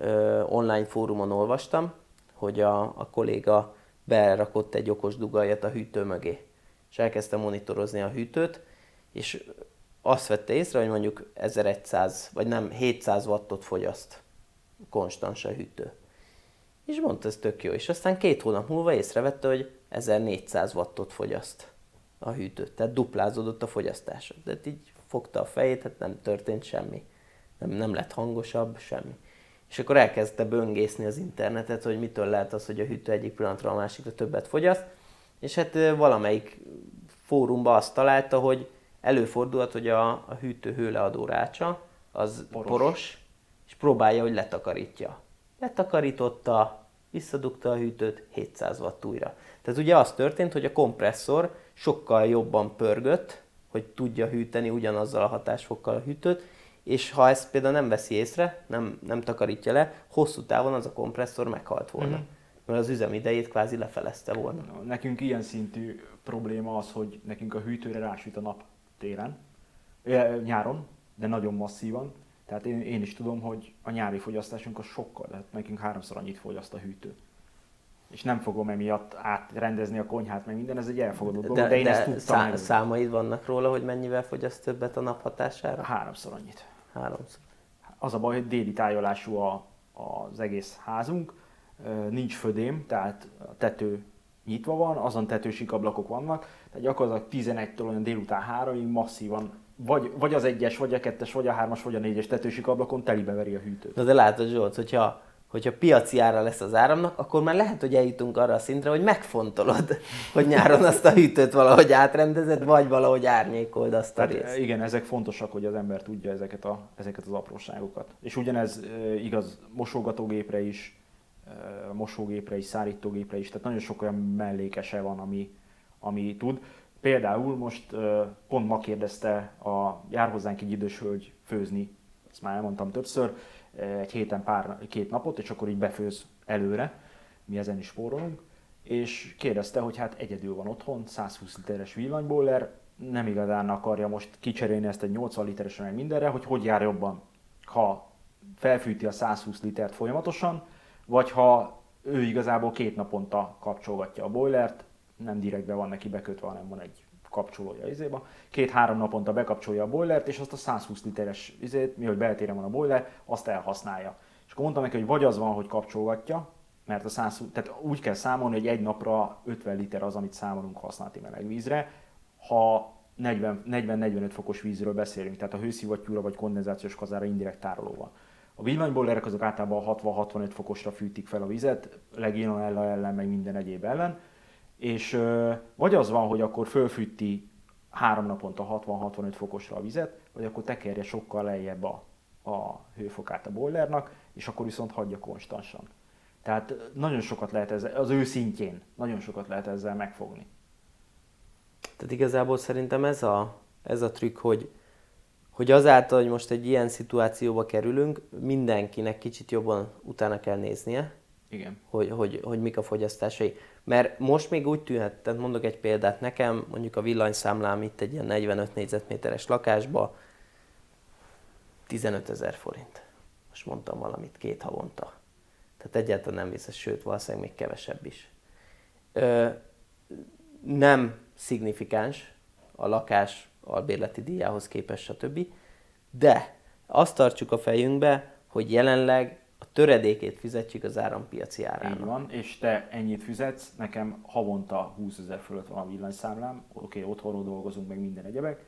online fórumon olvastam, hogy a, a kolléga berakott egy okos dugaljat a hűtő mögé, és elkezdte monitorozni a hűtőt, és azt vette észre, hogy mondjuk ezerszáz, vagy nem, hétszáz wattot fogyaszt konstans a hűtő. És mondta, ez tök jó, és aztán két hónap múlva észrevette, hogy ezernégyszáz wattot fogyaszt a hűtő, tehát duplázódott a fogyasztása. De így fogta a fejét, hát nem történt semmi. Nem, nem lett hangosabb, semmi. És akkor elkezdte böngészni az internetet, hogy mitől lehet az, hogy a hűtő egyik pillanatra a másikra többet fogyaszt. És hát valamelyik fórumban azt találta, hogy előfordulhat, hogy a, a hűtő hőleadó rácsa az poros. poros, és próbálja, hogy letakarítja. Letakarította, visszadugta a hűtőt, hétszáz watt újra. Tehát ugye az történt, hogy a kompresszor sokkal jobban pörgött, hogy tudja hűteni ugyanazzal a hatásfokkal a hűtőt, és ha ezt például nem veszi észre, nem, nem takarítja le, hosszú távon az a kompresszor meghalt volna. Mm-hmm. Mert az üzemidejét kvázi lefelezte volna. Nekünk ilyen szintű probléma az, hogy nekünk a hűtőre rásüt a nap télen, nyáron, de nagyon masszívan. Tehát én, én is tudom, hogy a nyári fogyasztásunk az sokkal, tehát nekünk háromszor annyit fogyaszt a hűtő. És nem fogom emiatt átrendezni a konyhát, meg minden, ez egy elfogadott dolog, de, de én de ezt tudtam. Szá- számaid vannak róla, hogy mennyivel fogyaszt többet a nap hatására? Háromszor annyit. Háromszor. Az a baj, hogy déli tájolású a, az egész házunk, nincs födém, tehát a tető nyitva van, azon tetősik ablakok vannak, tehát gyakorlatilag tizenegytől olyan délután háromig masszívan vagy, vagy az egyes, vagy a kettes, vagy a hármas, vagy a négyes tetősik ablakon telibe veri a hűtőt. Na de látod Zsolt, hogyha, hogyha piaci ára lesz az áramnak, akkor már lehet, hogy eljutunk arra a szintre, hogy megfontolod, hogy nyáron azt a hűtőt valahogy átrendezed, vagy valahogy árnyékold azt a Tehát, részt. igen, ezek fontosak, hogy az ember tudja ezeket, a, ezeket az apróságokat. És ugyanez e, igaz mosogatógépre is, e, mosógépre is, szárítógépre is, tehát nagyon sok olyan mellékese van, ami, ami tud. Például most pont ma kérdezte a jár hozzánk egy idős hölgy főzni, ezt már elmondtam többször, egy héten pár, két napot, és akkor így befőz előre. mi ezen is spórolunk, és kérdezte, hogy hát egyedül van otthon, százhúsz literes villanyboiler, nem igazán akarja most kicserélni ezt egy nyolcvan literesre meg mindenre, hogy hogy jár jobban, ha felfűti a százhúsz litert folyamatosan, vagy ha ő igazából két naponta kapcsolgatja a boilert, nem direktbe van neki bekötve, hanem van egy kapcsolója izéba. Két-három naponta bekapcsolja a boilert, és azt a százhúsz literes izét, mihogy beltéren van a boiler, azt elhasználja. És akkor mondtam neki, hogy vagy az van, hogy kapcsolgatja, mert a százhúsz, tehát úgy kell számolni, hogy egy napra ötven liter az, amit számolunk használati melegvízre, ha negyven-negyvenöt fokos vízről beszélünk, tehát a hőszivattyúra vagy kondenzációs kazára indirekt tárolóval. A villanyboilerek azok általában hatvan-hatvanöt fokosra fűtik fel a vizet, legionella ellen, meg minden egyéb ellen, és ö, vagy az van, hogy akkor fölfűti három naponta hatvan-hatvanöt fokosra a vizet, vagy akkor tekerje sokkal lejjebb a, a hőfokát a boilernak, és akkor viszont hagyja konstansan. Tehát nagyon sokat lehet ezzel, az ő szintjén, nagyon sokat lehet ezzel megfogni. Tehát igazából szerintem ez a, ez a trükk, hogy, hogy azáltal, hogy most egy ilyen szituációba kerülünk, mindenkinek kicsit jobban utána kell néznie, igen. Hogy, hogy, hogy mik a fogyasztásai. Mert most még úgy tűnhet, tehát mondok egy példát, nekem mondjuk a villanyszámlám itt egy ilyen negyvenöt négyzetméteres lakásba tizenötezer forint. Most mondtam valamit, két havonta. Tehát egyáltalán nem viszont, sőt, valószínűleg még kevesebb is. Ö, nem szignifikáns a lakás albérleti díjához képest, stb. De azt tartsuk a fejünkbe, hogy jelenleg a töredékét fizetjük az árampiaci árának. Így van, és te ennyit fizetsz, nekem havonta húszezer fölött van a villanyszámlám, oké, okay, otthonról dolgozunk, meg minden egyebek.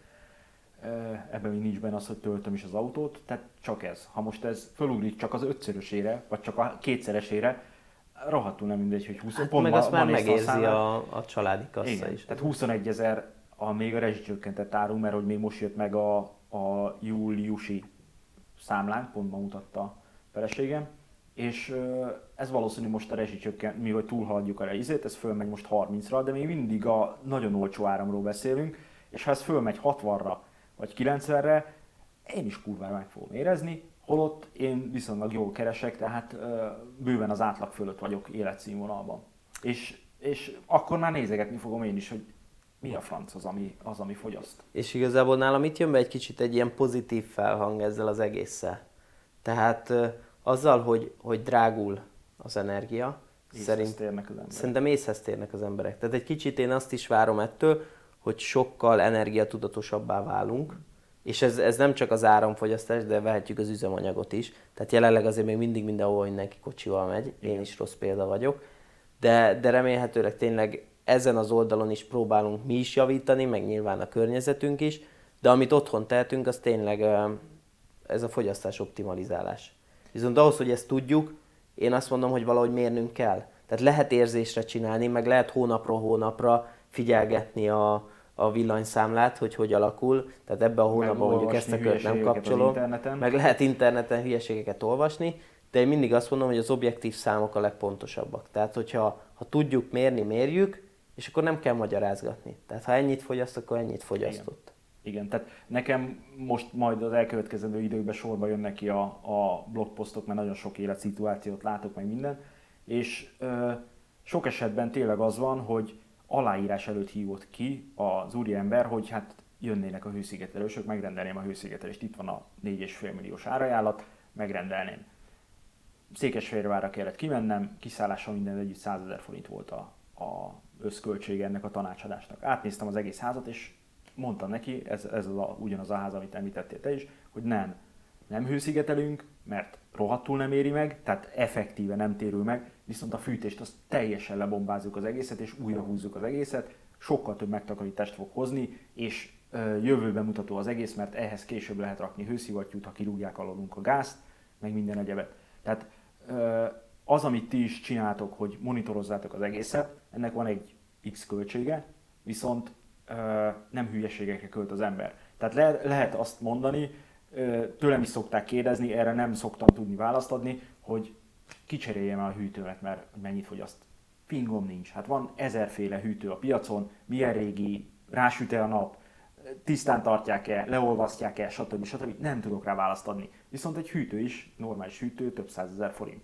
Ebben még nincs benne az, hogy töltöm is az autót, tehát csak ez. Ha most ez fölugrik csak az ötszörösére, vagy csak a kétszeresére, rohadtul nem mindegy, hogy húsz. Hát pont meg ma, azt már ma megérzi a, a, a családi kassa igen, is. Tehát huszonegyezer a még a rezsicsökkentett áru, mert hogy még most jött meg a, a júliusi számlánk, pont ma mutatta a feleségem, és ez valószínű most a rezsicsökkent, mi vagy túlhaladjuk a rezsit, ez fölmegy most harmincra, de még mindig a nagyon olcsó áramról beszélünk, és ha ez fölmegy hatvanra vagy kilencvenre, én is kurvára meg fogom érezni, holott én viszonylag jól keresek, tehát bőven az átlag fölött vagyok életszínvonalban. És, és akkor már nézegetni fogom én is, hogy mi a franc az, ami, az, ami fogyaszt. És igazából nálam itt jön be egy kicsit egy ilyen pozitív felhang ezzel az egésszel. Tehát azzal, hogy, hogy drágul az energia, szerint, térnek az emberek. Szerintem észhez térnek az emberek. Tehát egy kicsit én azt is várom ettől, hogy sokkal energiatudatosabbá válunk, és ez, ez nem csak az áramfogyasztás, de vehetjük az üzemanyagot is. Tehát jelenleg azért még mindig mindenhol mindenki kocsival megy, igen. Én is rossz példa vagyok, de, de remélhetőleg tényleg ezen az oldalon is próbálunk mi is javítani, meg nyilván a környezetünk is, de amit otthon tehetünk, az tényleg ez a fogyasztás optimalizálás. Viszont ahhoz, hogy ezt tudjuk, én azt mondom, hogy valahogy mérnünk kell. Tehát lehet érzésre csinálni, meg lehet hónapról hónapra figyelgetni a, a villanyszámlát, hogy hogy alakul. Tehát ebben a hónapban mondjuk ezt a kört nem kapcsolom. Meg lehet interneten hülyeségeket olvasni, de én mindig azt mondom, hogy az objektív számok a legpontosabbak. Tehát, hogyha ha tudjuk mérni, mérjük, és akkor nem kell magyarázgatni. Tehát, ha ennyit fogyaszt, akkor ennyit fogyasztott. Igen, Igen. Tehát nekem most majd az elkövetkezendő időkben sorba jönnek ki a, a blogposztok, mert nagyon sok életszituációt látok, meg minden, és ö, sok esetben tényleg az van, hogy aláírás előtt hívott ki az úriember, hogy hát jönnének a hőszigetelősök, megrendelném a hőszigetelést, itt van a négy egész öt milliós árajánlat, megrendelném. Székesfehérvárra kellett kimennem, kiszállással minden együtt százezer forint volt a, a összköltsége ennek a tanácsadásnak. Átnéztem az egész házat, és mondtam neki, ez, ez az a, ugyanaz a ház, amit említettél te is, hogy nem, nem hőszigetelünk, mert rohadtul nem éri meg, tehát effektíve nem térül meg, viszont a fűtést azt teljesen lebombázzuk az egészet, és újra húzzuk az egészet, sokkal több megtakarítást fog hozni, és ö, jövőben mutató az egész, mert ehhez később lehet rakni hőszivattyút, ha kirúgják alólunk a gázt, meg minden egyebet. Tehát ö, az, amit ti is csináltok, hogy monitorozzátok az egészet, ennek van egy X költsége, viszont ö, nem hülyeségekre költ az ember. Tehát le, lehet azt mondani, ö, tőlem is szokták kérdezni, erre nem szoktam tudni választ adni, hogy kicseréljem el a hűtőmet, mert mennyit fogyaszt. Fingom nincs. Hát van ezerféle hűtő a piacon, milyen régi, rásüt-e a nap, tisztán tartják-e, leolvasztják-e, stb. stb. Nem tudok rá választ adni. Viszont egy hűtő is, normális hűtő, több százezer forint.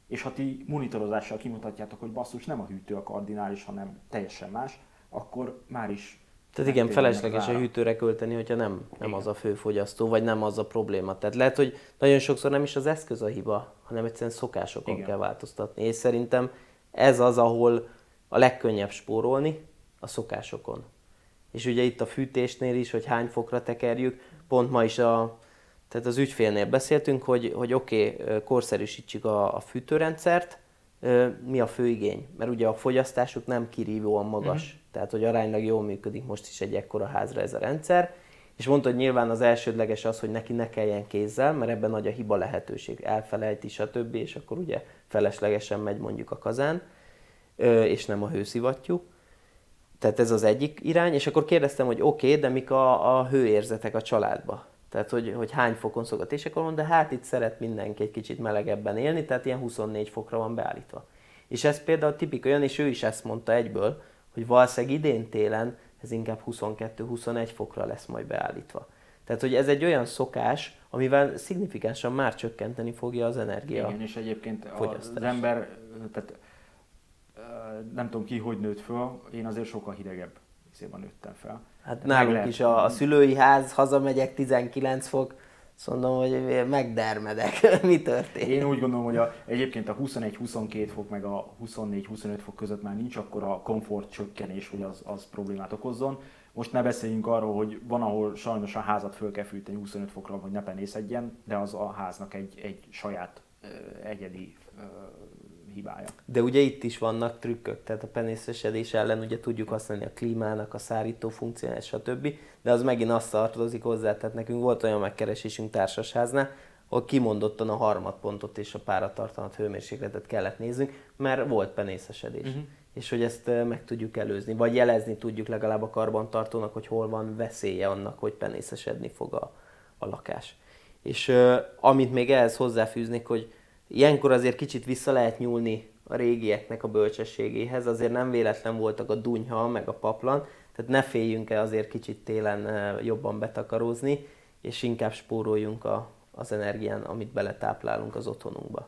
és ha ti monitorozással kimutatjátok, hogy basszus, nem a hűtő a kardinális, hanem teljesen más, akkor már is... Tehát igen, felesleges a hűtőre költeni, hogyha nem, nem az a fő fogyasztó, vagy nem az a probléma. Tehát lehet, hogy nagyon sokszor nem is az eszköz a hiba, hanem egyszerűen szokásokon igen. kell változtatni. És szerintem ez az, ahol a legkönnyebb spórolni, a szokásokon. És ugye itt a fűtésnél is, hogy hány fokra tekerjük, pont ma is a, tehát az ügyfélnél beszéltünk, hogy, hogy oké, okay, korszerűsítsük a, a fűtőrendszert, mi a fő igény? Mert ugye a fogyasztásuk nem kirívóan magas, uh-huh. tehát hogy aránylag jól működik most is egy ekkora házra ez a rendszer, és mondta, hogy nyilván az elsődleges az, hogy neki ne kelljen kézzel, mert ebben nagy a hiba lehetőség, elfelejti, stb., és akkor ugye feleslegesen megy mondjuk a kazán, és nem a hőszivattyú. Tehát ez az egyik irány, és akkor kérdeztem, hogy oké, okay, de mik a, a hőérzetek a családba? Tehát, hogy, hogy hány fokon szokott, és akkor mondta, de hát itt szeret mindenki egy kicsit melegebben élni, tehát ilyen huszonnégy fokra van beállítva. És ez például tipik olyan, és ő is ezt mondta egyből, hogy valószínűleg idén télen ez inkább huszonkettő-huszonegy fokra lesz majd beállítva. Tehát, hogy ez egy olyan szokás, amivel szignifikánsan már csökkenteni fogja az energia. Igen, és egyébként az ember, tehát nem tudom ki, hogy nőtt föl, én azért sokkal hidegebb szépen nőttem fel. Hát nálunk lehet, is a, a szülői ház, hazamegyek, tizenkilenc fok, azt mondom, hogy megdermedek. Mi történt? Én úgy gondolom, hogy a, egyébként a huszonegy-huszonkét fok meg a huszonnégy-huszonöt fok között már nincs akkor a komfort csökkenés, hogy az, az problémát okozzon. Most ne beszéljünk arról, hogy van, ahol sajnos a házat föl kell fűteni huszonöt fokra, hogy ne penészedjen, de az a háznak egy, egy saját ö, egyedi ö, hibája. De ugye itt is vannak trükkök, tehát a penészesedés ellen ugye tudjuk használni a klímának, a szárító funkcióját, stb. De az megint azt tartozik hozzá, tehát nekünk volt olyan megkeresésünk társasháznál, ahol kimondottan a harmadpontot és a páratartalmat, hőmérsékletet kellett néznünk, mert volt penészesedés. Uh-huh. És hogy ezt meg tudjuk előzni, vagy jelezni tudjuk legalább a karbantartónak, hogy hol van veszélye annak, hogy penészesedni fog a, a lakás. És uh, amit még ehhez hozzáfűznék, hogy ilyenkor azért kicsit vissza lehet nyúlni a régieknek a bölcsességéhez, azért nem véletlen voltak a dunyha, meg a paplan, tehát ne féljünk el azért kicsit télen jobban betakarózni, és inkább spóroljunk a, az energián, amit beletáplálunk az otthonunkba.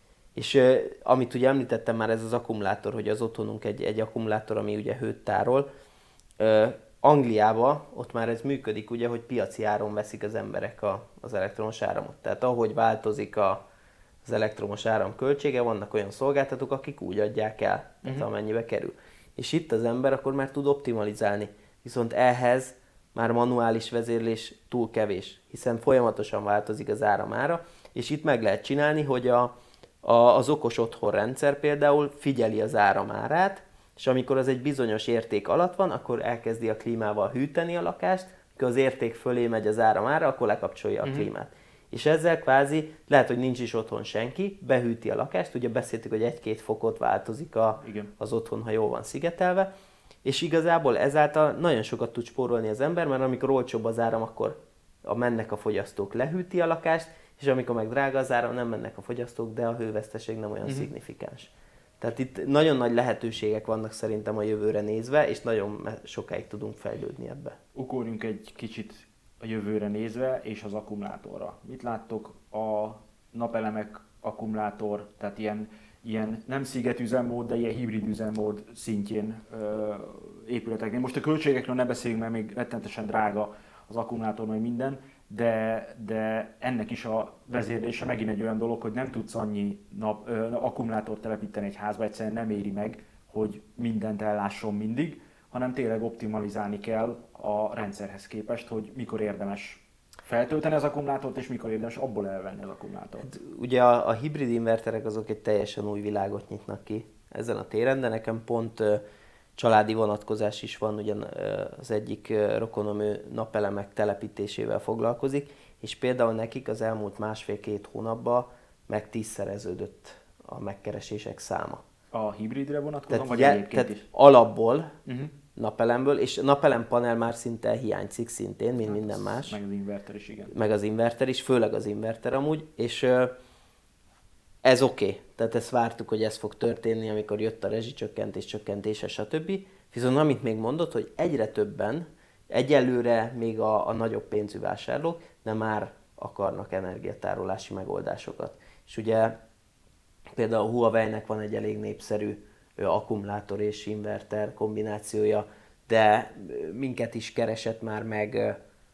És uh, amit ugye említettem már, ez az akkumulátor, hogy az otthonunk egy, egy akkumulátor, ami ugye hőt tárol. Uh, Angliában ott már ez működik, ugye, hogy piaci áron veszik az emberek a, az elektromos áramot. Tehát ahogy változik a az elektromos áram költsége, vannak olyan szolgáltatók, akik úgy adják el, uh-huh. amennyibe kerül. És itt az ember akkor már tud optimalizálni. Viszont ehhez már manuális vezérlés túl kevés, hiszen folyamatosan változik az áramára, és itt meg lehet csinálni, hogy a, a, az okos otthonrendszer például figyeli az áramárát, és amikor az egy bizonyos érték alatt van, akkor elkezdi a klímával hűteni a lakást, amikor az érték fölé megy az áramára, akkor lekapcsolja uh-huh. a klímát. És ezzel kvázi, lehet, hogy nincs is otthon senki, behűti a lakást, ugye beszéltük, hogy egy-két fokot változik a, az otthon, ha jól van szigetelve, és igazából ezáltal nagyon sokat tud spórolni az ember, mert amikor olcsóbb az áram, akkor a mennek a fogyasztók, lehűti a lakást, és amikor meg drága az áram, nem mennek a fogyasztók, de a hőveszteség nem olyan uh-huh. szignifikáns. Tehát itt nagyon nagy lehetőségek vannak szerintem a jövőre nézve, és nagyon sokáig tudunk fejlődni ebbe. Ugorjunk egy kicsit a jövőre nézve, és az akkumulátorra. Mit láttok a napelemek, akkumulátor, tehát ilyen, ilyen nem szigetüzemmód, de ilyen hibrid üzemmód szintjén ö, épületeknél. Most a költségekről ne beszéljünk, mert még rettenetesen drága az akkumulátor, majd minden, de, de ennek is a vezérlése megint egy olyan dolog, hogy nem tudsz annyi nap, ö, akkumulátort telepíteni egy házba, egyszerűen nem éri meg, hogy mindent ellásson mindig, hanem tényleg optimalizálni kell a rendszerhez képest, hogy mikor érdemes feltölteni az akkumulátort, és mikor érdemes abból elvenni az akkumulátort. Hát, ugye a, a hibrid inverterek azok egy teljesen új világot nyitnak ki ezen a téren, de nekem pont uh, családi vonatkozás is van, ugyan uh, az egyik uh, rokonom ő napelemek telepítésével foglalkozik, és például nekik az elmúlt másfél-két hónapban meg tízszereződött a megkeresések száma. A hibridre vonatkozóan, vagy je, egyébként tehát is? alapból, uh-huh. napelemből, és napelempanel már szinte hiányzik szintén, mint hát minden más. Meg az inverter is, igen. Meg az inverter is, főleg az inverter amúgy, és ez oké. Okay. Tehát ezt vártuk, hogy ez fog történni, amikor jött a rezsicsökkentés, csökkentése, stb. Viszont amit még mondott, hogy egyre többen, egyelőre még a, a nagyobb pénzű vásárlók, de már akarnak energiatárolási megoldásokat. És ugye Például a Huawei-nek van egy elég népszerű ö, akkumulátor és inverter kombinációja, de minket is keresett már meg ö,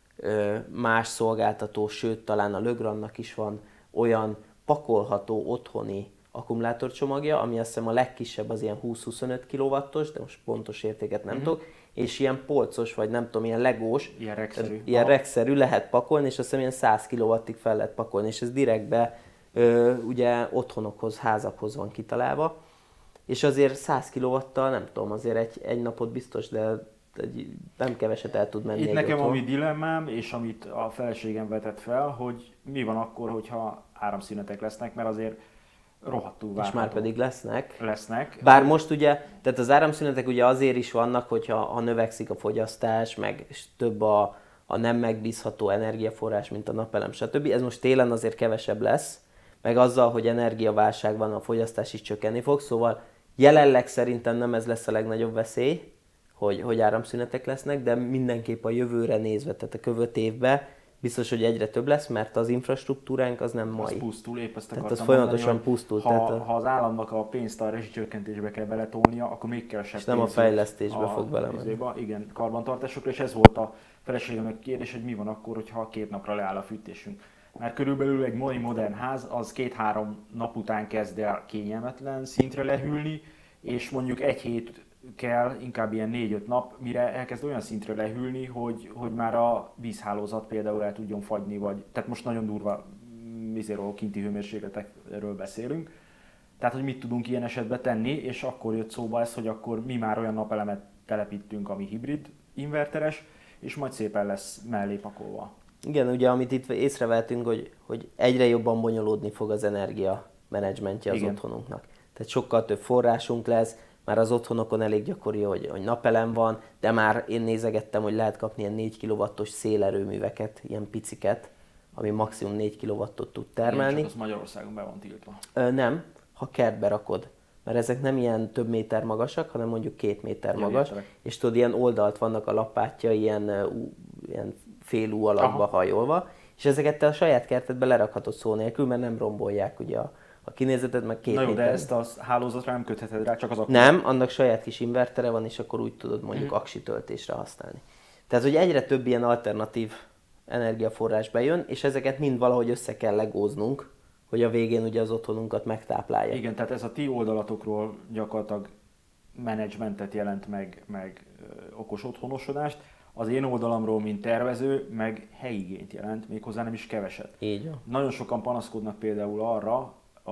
ö, más szolgáltató, sőt talán a Legrandnak is van olyan pakolható otthoni akkumulátorcsomagja, ami azt hiszem a legkisebb az ilyen húsz-huszonöt kilowattos, de most pontos értéket nem mm-hmm. tudok, és ilyen polcos, vagy nem tudom, ilyen legós, ilyen regszerű, ilyen regszerű lehet pakolni, és azt hiszem ilyen száz kilowattig fel lehet pakolni, és ez direktbe ö, ugye otthonokhoz, házakhoz van kitalálva, és azért száz kilowattal, nem tudom, azért egy, egy napot biztos, de egy, nem keveset el tud menni. Itt egy nekem otthon. ami dilemmám, és amit a feleségem vetett fel, hogy mi van akkor, hogyha áramszünetek lesznek, mert azért rohadtul várható. És már pedig lesznek. lesznek. Bár most ugye, tehát az áramszünetek ugye azért is vannak, hogyha ha növekszik a fogyasztás, meg több a, a nem megbízható energiaforrás, mint a napelem, stb. Ez most télen azért kevesebb lesz, meg azzal, hogy energiaválság van, a fogyasztás is csökkenni fog, szóval jelenleg szerintem nem ez lesz a legnagyobb veszély, hogy, hogy áramszünetek lesznek, de mindenképp a jövőre nézve, tehát a következő évben biztos, hogy egyre több lesz, mert az infrastruktúránk az nem mai. Az pusztul, épp ezt tehát akartam az folyamatosan mondani, pusztul. Ha, tehát a... ha az államnak a pénzt a rezsicsökkentésbe kell beletolnia, akkor még kevesebb és nem a fejlesztésbe fog belemenni. Igen, karbantartásokra, és ez volt a feleségemnek kérdés, hogy mi van akkor, hogyha két napra leáll a fűtésünk. Mert körülbelül egy mai modern ház az két-három nap után kezd el kényelmetlen szintre lehűlni, és mondjuk egy hét kell, inkább ilyen négy-öt nap, mire elkezd olyan szintre lehűlni, hogy, hogy már a vízhálózat például el tudjon fagyni, vagy, tehát most nagyon durva vizéről, kinti hőmérsékletekről beszélünk. Tehát, hogy mit tudunk ilyen esetben tenni, és akkor jött szóba ez, hogy akkor mi már olyan napelemet telepítünk, ami hibrid inverteres, és majd szépen lesz mellé pakolva. Igen, ugye amit itt észrevettünk, hogy, hogy egyre jobban bonyolódni fog az energia menedzsmentje az Igen. otthonunknak. Tehát sokkal több forrásunk lesz, már az otthonokon elég gyakori, hogy, hogy napelem van, de már én nézegettem, hogy lehet kapni ilyen négy kilowattos szélerőműveket, ilyen piciket, ami maximum négy kilowattot tud termelni. Igen, csak az Magyarországon be van tiltva. Ö, nem, ha kertbe rakod. Mert ezek nem ilyen több méter magasak, hanem mondjuk két méter Ja, magas. értelek. És tudod, ilyen oldalt vannak a lapátja, ilyen, uh, ilyen fél ú alakba Aha. hajolva. És ezeket te a saját kertedbe lerakhatod szó nélkül, mert nem rombolják ugye a, a kinézeted, meg két Na jó, méter. de ezt a hálózatra nem kötheted rá, csak az akkor. Nem, annak saját kis invertere van, és akkor úgy tudod mondjuk Mhm. aksi töltésre használni. Tehát, hogy egyre több ilyen alternatív energiaforrás bejön, és ezeket mind valahogy össze kell legóznunk, hogy a végén ugye az otthonunkat megtáplálja. Igen, tehát ez a ti oldalatokról gyakorlatilag menedzsmentet jelent meg, meg ö, okos otthonosodást. Az én oldalamról, mint tervező, meg helyigényt jelent, méghozzá nem is keveset. Így van. Nagyon sokan panaszkodnak például arra a,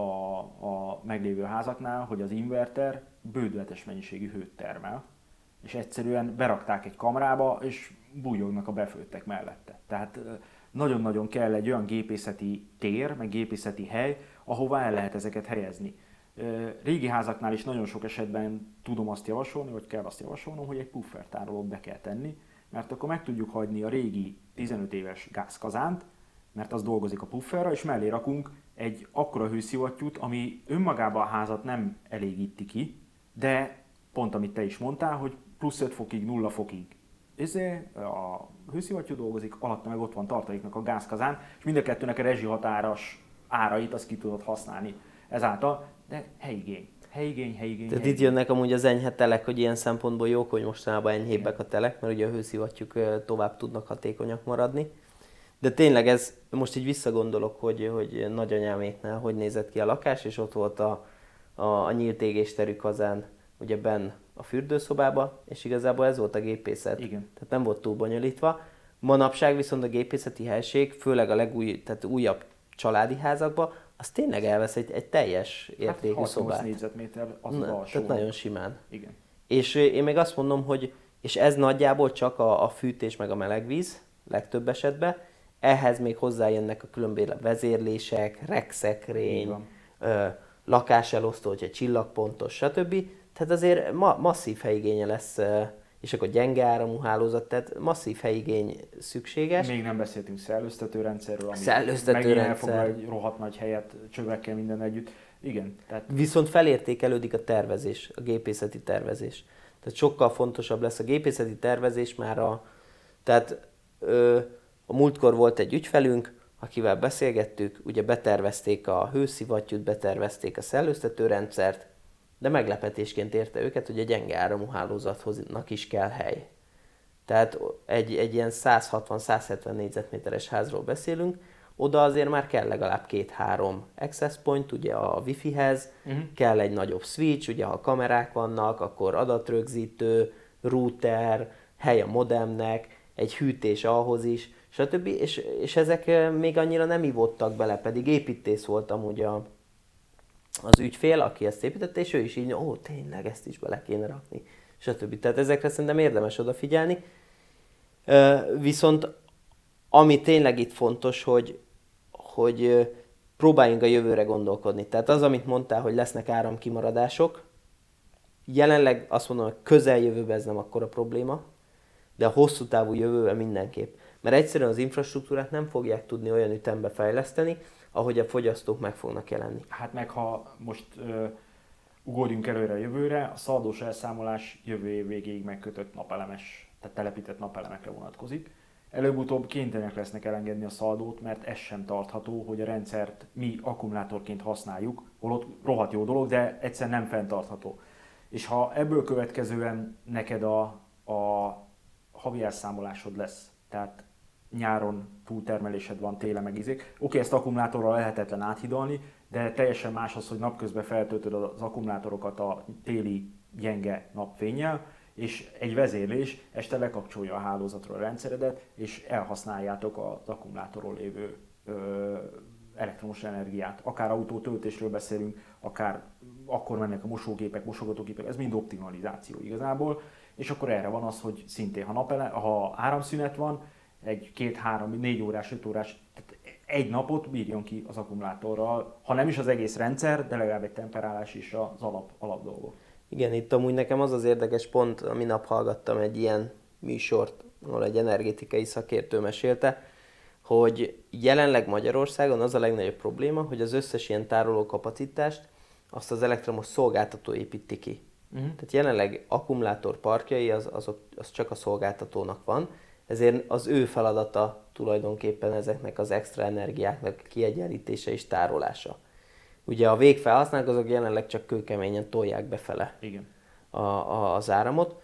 a meglévő házaknál, hogy az inverter bődületes mennyiségű hőt termel, és egyszerűen berakták egy kamrába, és bújognak a befőttek mellette. Tehát ö, nagyon-nagyon kell egy olyan gépészeti tér, meg gépészeti hely, ahová el lehet ezeket helyezni. Ö, Régi házaknál is nagyon sok esetben tudom azt javasolni, vagy kell azt javasolnom, hogy egy puffertárolót be kell tenni, mert akkor meg tudjuk hagyni a régi tizenöt éves gázkazánt, mert az dolgozik a pufferra, és mellé rakunk egy akkora hőszivattyút, ami önmagában a házat nem elégíti ki, de pont amit te is mondtál, hogy plusz öt fokig, nulla fokig ezért a hőszivattyú dolgozik, alatta meg ott van tartaléknak a gázkazán, és mind a kettőnek a rezsihatáros árait azt ki tudod használni ezáltal, de helyigény. Helyigény, helyigény, Tehát helyigény. itt jönnek amúgy az enyhe telek, hogy ilyen szempontból jók, hogy mostanában enyhébbek a telek, mert ugye a hőszivattyúk ö, tovább tudnak hatékonyak maradni. De tényleg ez, most így visszagondolok, hogy, hogy nagyanyáméknál hogy nézett ki a lakás, és ott volt a, a, a nyílt égésterű kazán, ugye benn a fürdőszobába, és igazából ez volt a gépészet. Igen. Tehát nem volt túl bonyolítva. Manapság viszont a gépészeti helység, főleg a legúj, tehát újabb családi házakban, az tényleg elvesz egy, egy teljes értékű hát szobát. négyzetméter az Na, az alsó. tehát nagyon simán. Igen. És én még azt mondom, hogy és ez nagyjából csak a, a fűtés meg a melegvíz legtöbb esetben, ehhez még hozzájönnek a különböző vezérlések, Így rekszekrény, van. ö, lakáselosztó, hogyha csillagpontos, stb. Tehát azért ma, masszív helyigénye lesz, ö, és akkor gyenge áramú hálózat, tehát masszív helyigény szükséges. Még nem beszéltünk szellőztetőrendszerről, ami Szellőztetőrendszer. megint elfoglal egy rohadt nagy helyet csövekkel minden együtt. Igen, tehát Viszont felértékelődik a tervezés, a gépészeti tervezés. Tehát sokkal fontosabb lesz a gépészeti tervezés már a... Tehát ö, a múltkor volt egy ügyfelünk, akivel beszélgettük, ugye betervezték a hőszivattyút, betervezték a szellőztetőrendszert, de meglepetésként érte őket, hogy a gyenge áramú hálózatnak is kell hely. Tehát egy, egy ilyen száz hatvan-száz hetven négyzetméteres házról beszélünk, oda azért már kell legalább két-három access point, ugye a wifi-hez, uh-huh. kell egy nagyobb switch, ugye ha kamerák vannak, akkor adatrögzítő, router, hely a modemnek, egy hűtés ahhoz is, stb. És, és ezek még annyira nem ivódtak bele, pedig építész volt amúgy a, az ügyfél, aki ezt építette, és ő is így, ó, tényleg ezt is bele kéne rakni, stb. Tehát ezekre szerintem érdemes odafigyelni. Viszont ami tényleg itt fontos, hogy, hogy próbáljunk a jövőre gondolkodni. Tehát az, amit mondtál, hogy lesznek áramkimaradások, jelenleg azt mondom, hogy közeljövőben ez nem akkora probléma, de a hosszú távú jövőben mindenképp. Mert egyszerűen az infrastruktúrát nem fogják tudni olyan ütembe fejleszteni, ahogy a fogyasztók meg fognak jelenni. Hát meg ha most ö, ugorjunk előre a jövőre, a szaldós elszámolás jövő év végéig megkötött napelemes, tehát telepített napelemekre vonatkozik. Előbb-utóbb kénytelenek lesznek elengedni a szaldót, mert ez sem tartható, hogy a rendszert mi akkumulátorként használjuk, holott rohadt jó dolog, de egyszerűen nem fenntartható. És ha ebből következően neked a, a havi elszámolásod lesz, tehát nyáron túltermelésed van, télen meg izék. Oké, ezt akkumulátorral lehetetlen áthidalni, de teljesen más az, hogy napközben feltöltöd az akkumulátorokat a téli gyenge napfénnyel, és egy vezérlés este lekapcsolja a hálózatról a rendszeredet, és elhasználjátok az akkumulátorról lévő ö, elektromos energiát. Akár autótöltésről beszélünk, akár akkor mennek a mosógépek, mosogatógépek, ez mind optimalizáció igazából. És akkor erre van az, hogy szintén, ha, napele, ha áramszünet van, egy két, három, négy órás, öt órás, tehát egy napot bírjon ki az akkumulátorral, ha nem is az egész rendszer, de legalább egy temperálás is az alap, alap dolgok. Igen, itt amúgy nekem az az érdekes pont, a minap hallgattam egy ilyen műsort, ahol egy energetikai szakértő mesélte, hogy jelenleg Magyarországon az a legnagyobb probléma, hogy az összes ilyen tároló kapacitást azt az elektromos szolgáltató építi ki. Uh-huh. Tehát jelenleg akkumulátor parkjai az, azok, az csak a szolgáltatónak van, ezért az ő feladata tulajdonképpen ezeknek az extra energiáknak kiegyenlítése és tárolása. Ugye a végfelhasználók azok jelenleg csak kőkeményen tolják befele Igen. A, a, az áramot.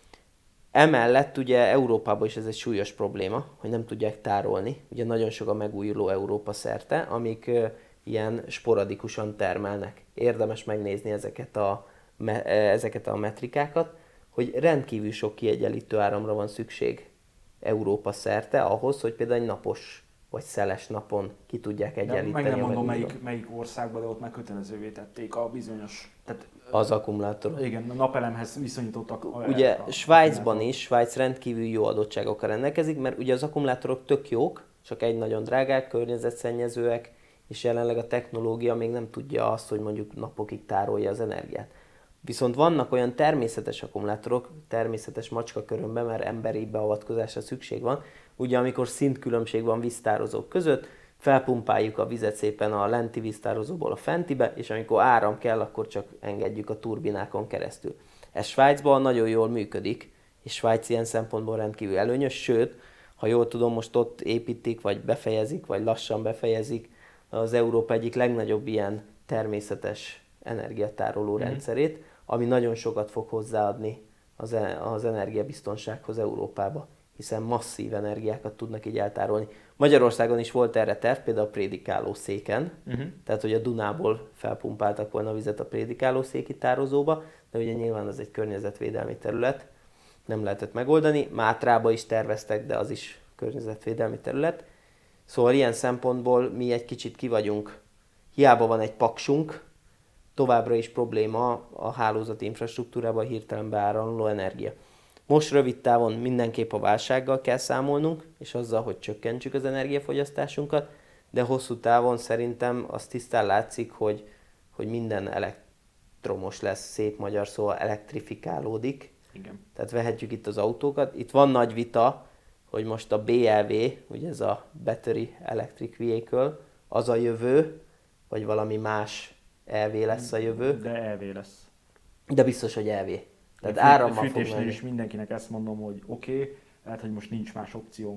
Emellett ugye Európában is ez egy súlyos probléma, hogy nem tudják tárolni. Ugye nagyon sok a megújuló Európa szerte, amik ö, ilyen sporadikusan termelnek. Érdemes megnézni ezeket a, me, ezeket a metrikákat, hogy rendkívül sok kiegyenlítő áramra van szükség Európa szerte ahhoz, hogy például egy napos vagy szeles napon ki tudják egyenlíteni. Meg nem mondom melyik, melyik országban, de ott meg kötelezővé tették a bizonyos... Tehát, az akkumulátor. Igen, a napelemhez viszonyítottak. Ugye a Svájcban is, Svájc rendkívül jó adottságokkal rendelkezik, mert ugye az akkumulátorok tök jók, csak egy nagyon drágák, környezetszennyezőek, és jelenleg a technológia még nem tudja azt, hogy mondjuk napokig tárolja az energiát. Viszont vannak olyan természetes akkumulátorok, természetes macskakörömben, mert emberi beavatkozásra szükség van. Ugye amikor szintkülönbség van víztározók között, felpumpáljuk a vizet szépen a lenti víztározóból a fentibe, és amikor áram kell, akkor csak engedjük a turbinákon keresztül. Ez Svájcban nagyon jól működik, és Svájc ilyen szempontból rendkívül előnyös, sőt, ha jól tudom, most ott építik, vagy befejezik, vagy lassan befejezik az Európa egyik legnagyobb ilyen természetes energiatároló mm. rendszerét, ami nagyon sokat fog hozzáadni az, az energiabiztonsághoz Európába, hiszen masszív energiákat tudnak így eltárolni. Magyarországon is volt erre terv, például a prédikálószéken, uh-huh. tehát hogy a Dunából felpumpáltak volna a vizet a prédikálószéki tározóba, de ugye nyilván az egy környezetvédelmi terület, nem lehetett megoldani. Mátrába is terveztek, de az is környezetvédelmi terület. Szóval ilyen szempontból mi egy kicsit ki vagyunk, hiába van egy paksunk, továbbra is probléma a hálózati infrastruktúrában hirtelen beáramló energia. Most rövid távon mindenképp a válsággal kell számolnunk, és azzal, hogy csökkentsük az energiafogyasztásunkat, de hosszú távon szerintem az tisztán látszik, hogy, hogy minden elektromos lesz, szép magyar szóval elektrifikálódik. Igen. Tehát vehetjük itt az autókat. Itt van nagy vita, hogy most a bé el vé, ugye ez a Battery Electric Vehicle, az a jövő, vagy valami más é vé lesz a jövő. De é vé lesz. De biztos, hogy é vé. Tehát a árammal fog fűtésnél menni. is mindenkinek ezt mondom, hogy oké, okay, lehet, hogy most nincs más opciónk,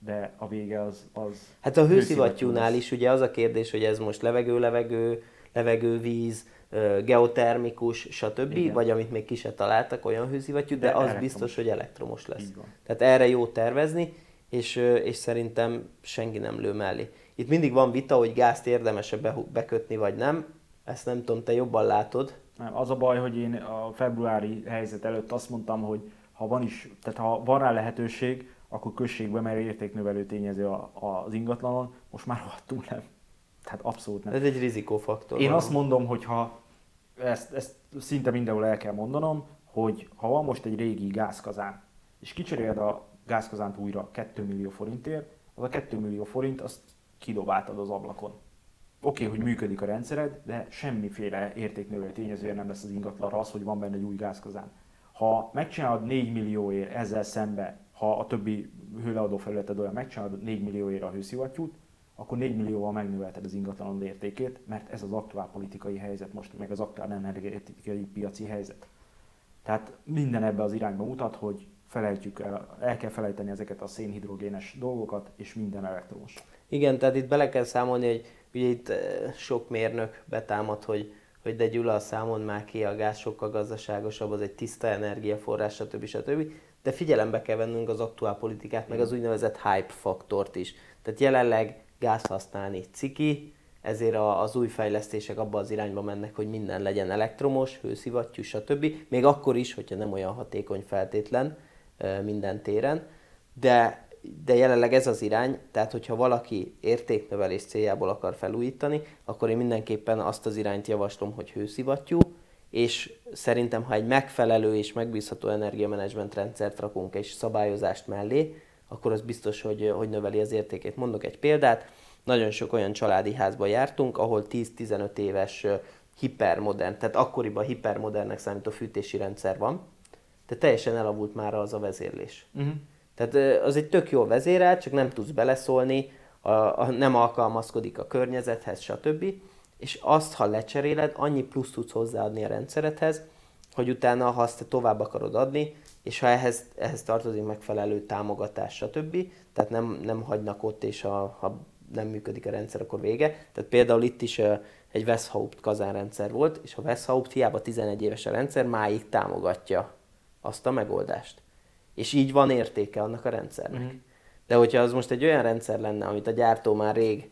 de a vége az... az hát a hőszivattyúnál is ugye az a kérdés, hogy ez most levegő-levegő, levegő-víz, geotermikus, stb. Igen. Vagy amit még ki se találtak, olyan hőszivattyú, de, de az elektromos. Biztos, hogy elektromos lesz. Tehát erre jó tervezni, és, és szerintem senki nem lő mellé. Itt mindig van vita, hogy gázt érdemes-e bekötni, vagy nem. Ezt nem tudom, te jobban látod. Nem, az a baj, hogy én a februári helyzet előtt azt mondtam, hogy ha van is, tehát ha van rá lehetőség, akkor kössék be, mert értéknövelő tényező az ingatlanon. Most már rohadtul nem. Tehát abszolút nem. Ez egy rizikófaktor. Én van. azt mondom, hogy ha ezt, ezt szinte mindenhol el kell mondanom, hogy ha van most egy régi gázkazán, és kicseréled a gázkazánt újra két millió forintért, az a két millió forint, azt kidobáltad az ablakon. Oké, okay, hogy működik a rendszered, de semmiféle értéknövelő tényezője nem lesz az ingatlanra az, hogy van benne egy új gázkazán. Ha megcsinálod négy millióért ezzel szembe, ha a többi hőleadó felületed olyan, megcsinálod négy millióért a hőszivattyút, akkor négy millióval megnövelted az ingatlanod értékét, mert ez az aktuál politikai helyzet most, meg az aktuál energetikai piaci helyzet. Tehát minden ebbe az irányba mutat, hogy felejtjük el, el kell felejteni ezeket a szénhidrogénes dolgokat, és minden elektromos. Igen, tehát itt bele kell számolni, hogy ugye itt sok mérnök betámad, hogy, hogy de Gyula, számon már ki, a gáz sokkal gazdaságosabb, az egy tiszta energiaforrás, stb. stb. De figyelembe kell vennünk az aktuál politikát, meg az úgynevezett hype faktort is. Tehát jelenleg gáz használni ciki, ezért az új fejlesztések abba az irányba mennek, hogy minden legyen elektromos, hőszivattyú, stb. Még akkor is, hogyha nem olyan hatékony feltétlen minden téren, de, de jelenleg ez az irány, tehát hogyha valaki értéknövelés céljából akar felújítani, akkor én mindenképpen azt az irányt javaslom, hogy hőszivattyú, és szerintem, ha egy megfelelő és megbízható energiamenedzsment rendszert rakunk és szabályozást mellé, akkor az biztos, hogy, hogy növeli az értékét. Mondok egy példát, nagyon sok olyan családi házba jártunk, ahol tíz-tizenöt éves hipermodern, tehát akkoriban hipermodernnek számító fűtési rendszer van, de teljesen elavult már az a vezérlés. Uh-huh. Tehát az egy tök jól vezérel, csak nem tudsz beleszólni, a, a, nem alkalmazkodik a környezethez, stb. És azt, ha lecseréled, annyi plusz tudsz hozzáadni a rendszeredhez, hogy utána, ha azt te tovább akarod adni, és ha ehhez, ehhez tartozik megfelelő támogatás, stb. Tehát nem, nem hagynak ott, és ha, ha nem működik a rendszer, akkor vége. Tehát például itt is uh, egy Westhaupt kazánrendszer volt, és a Westhaupt hiába tizenegy éves a rendszer, máig támogatja azt a megoldást. És így van értéke annak a rendszernek. Mm. De hogyha az most egy olyan rendszer lenne, amit a gyártó már rég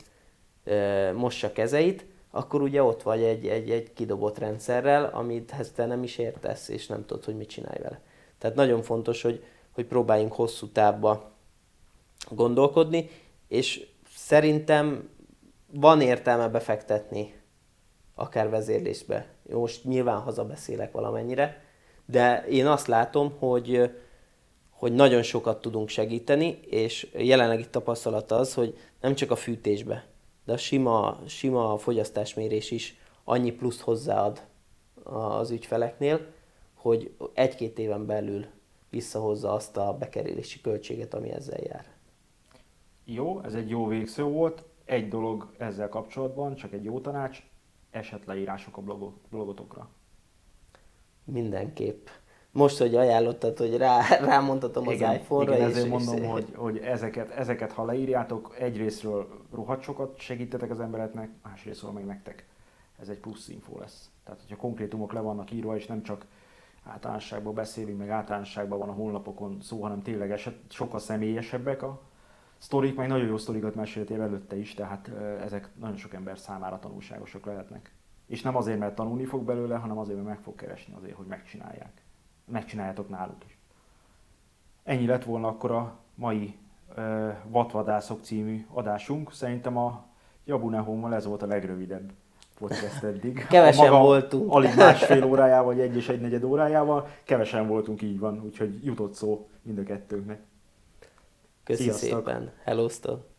uh, mossa kezeit, akkor ugye ott vagy egy, egy, egy kidobott rendszerrel, amit te nem is értesz, és nem tudod, hogy mit csinálj vele. Tehát nagyon fontos, hogy, hogy próbáljunk hosszú távba gondolkodni, és szerintem van értelme befektetni akár vezérlésbe. Most nyilván hazabeszélek valamennyire, de én azt látom, hogy, hogy nagyon sokat tudunk segíteni, és jelenlegi tapasztalat az, hogy nem csak a fűtésbe, de a sima, sima fogyasztásmérés is annyi pluszt hozzáad az ügyfeleknél, hogy egy-két éven belül visszahozza azt a bekerülési költséget, ami ezzel jár. Jó, ez egy jó végszó volt. Egy dolog ezzel kapcsolatban, csak egy jó tanács, esetleírások a blogok, blogotokra. Mindenképp. Most, hogy ajánlottad, hogy rá, rámondhatom az igen, iPhone-ra. Igen, és, ezért mondom, és... hogy, hogy ezeket, ezeket, ha leírjátok, egyrésztről rohadt sokat segítetek az embereknek, másrésztről meg nektek ez egy plusz info lesz. Tehát, hogyha konkrétumok le vannak írva, és nem csak általánosságban beszélünk, meg általánosságban van a honlapokon szó, hanem tényleg eset, sokkal személyesebbek a sztorik, meg nagyon jó sztorikat meséltél előtte is, tehát ezek nagyon sok ember számára tanulságosak lehetnek. És nem azért, mert tanulni fog belőle, hanem azért, mert meg fog keresni azért, hogy megcsinálják. Megcsináljátok náluk is. Ennyi lett volna akkor a mai uh, Vadvadászok című adásunk. Szerintem a Jabunehommal ez volt a legrövidebb podcast eddig. Kevesen voltunk. Alig másfél órájával, vagy egy és egy negyed órájával. Kevesen voltunk, így van, úgyhogy jutott szó mind a kettőnknek. Köszi szépen. Hello-sztok.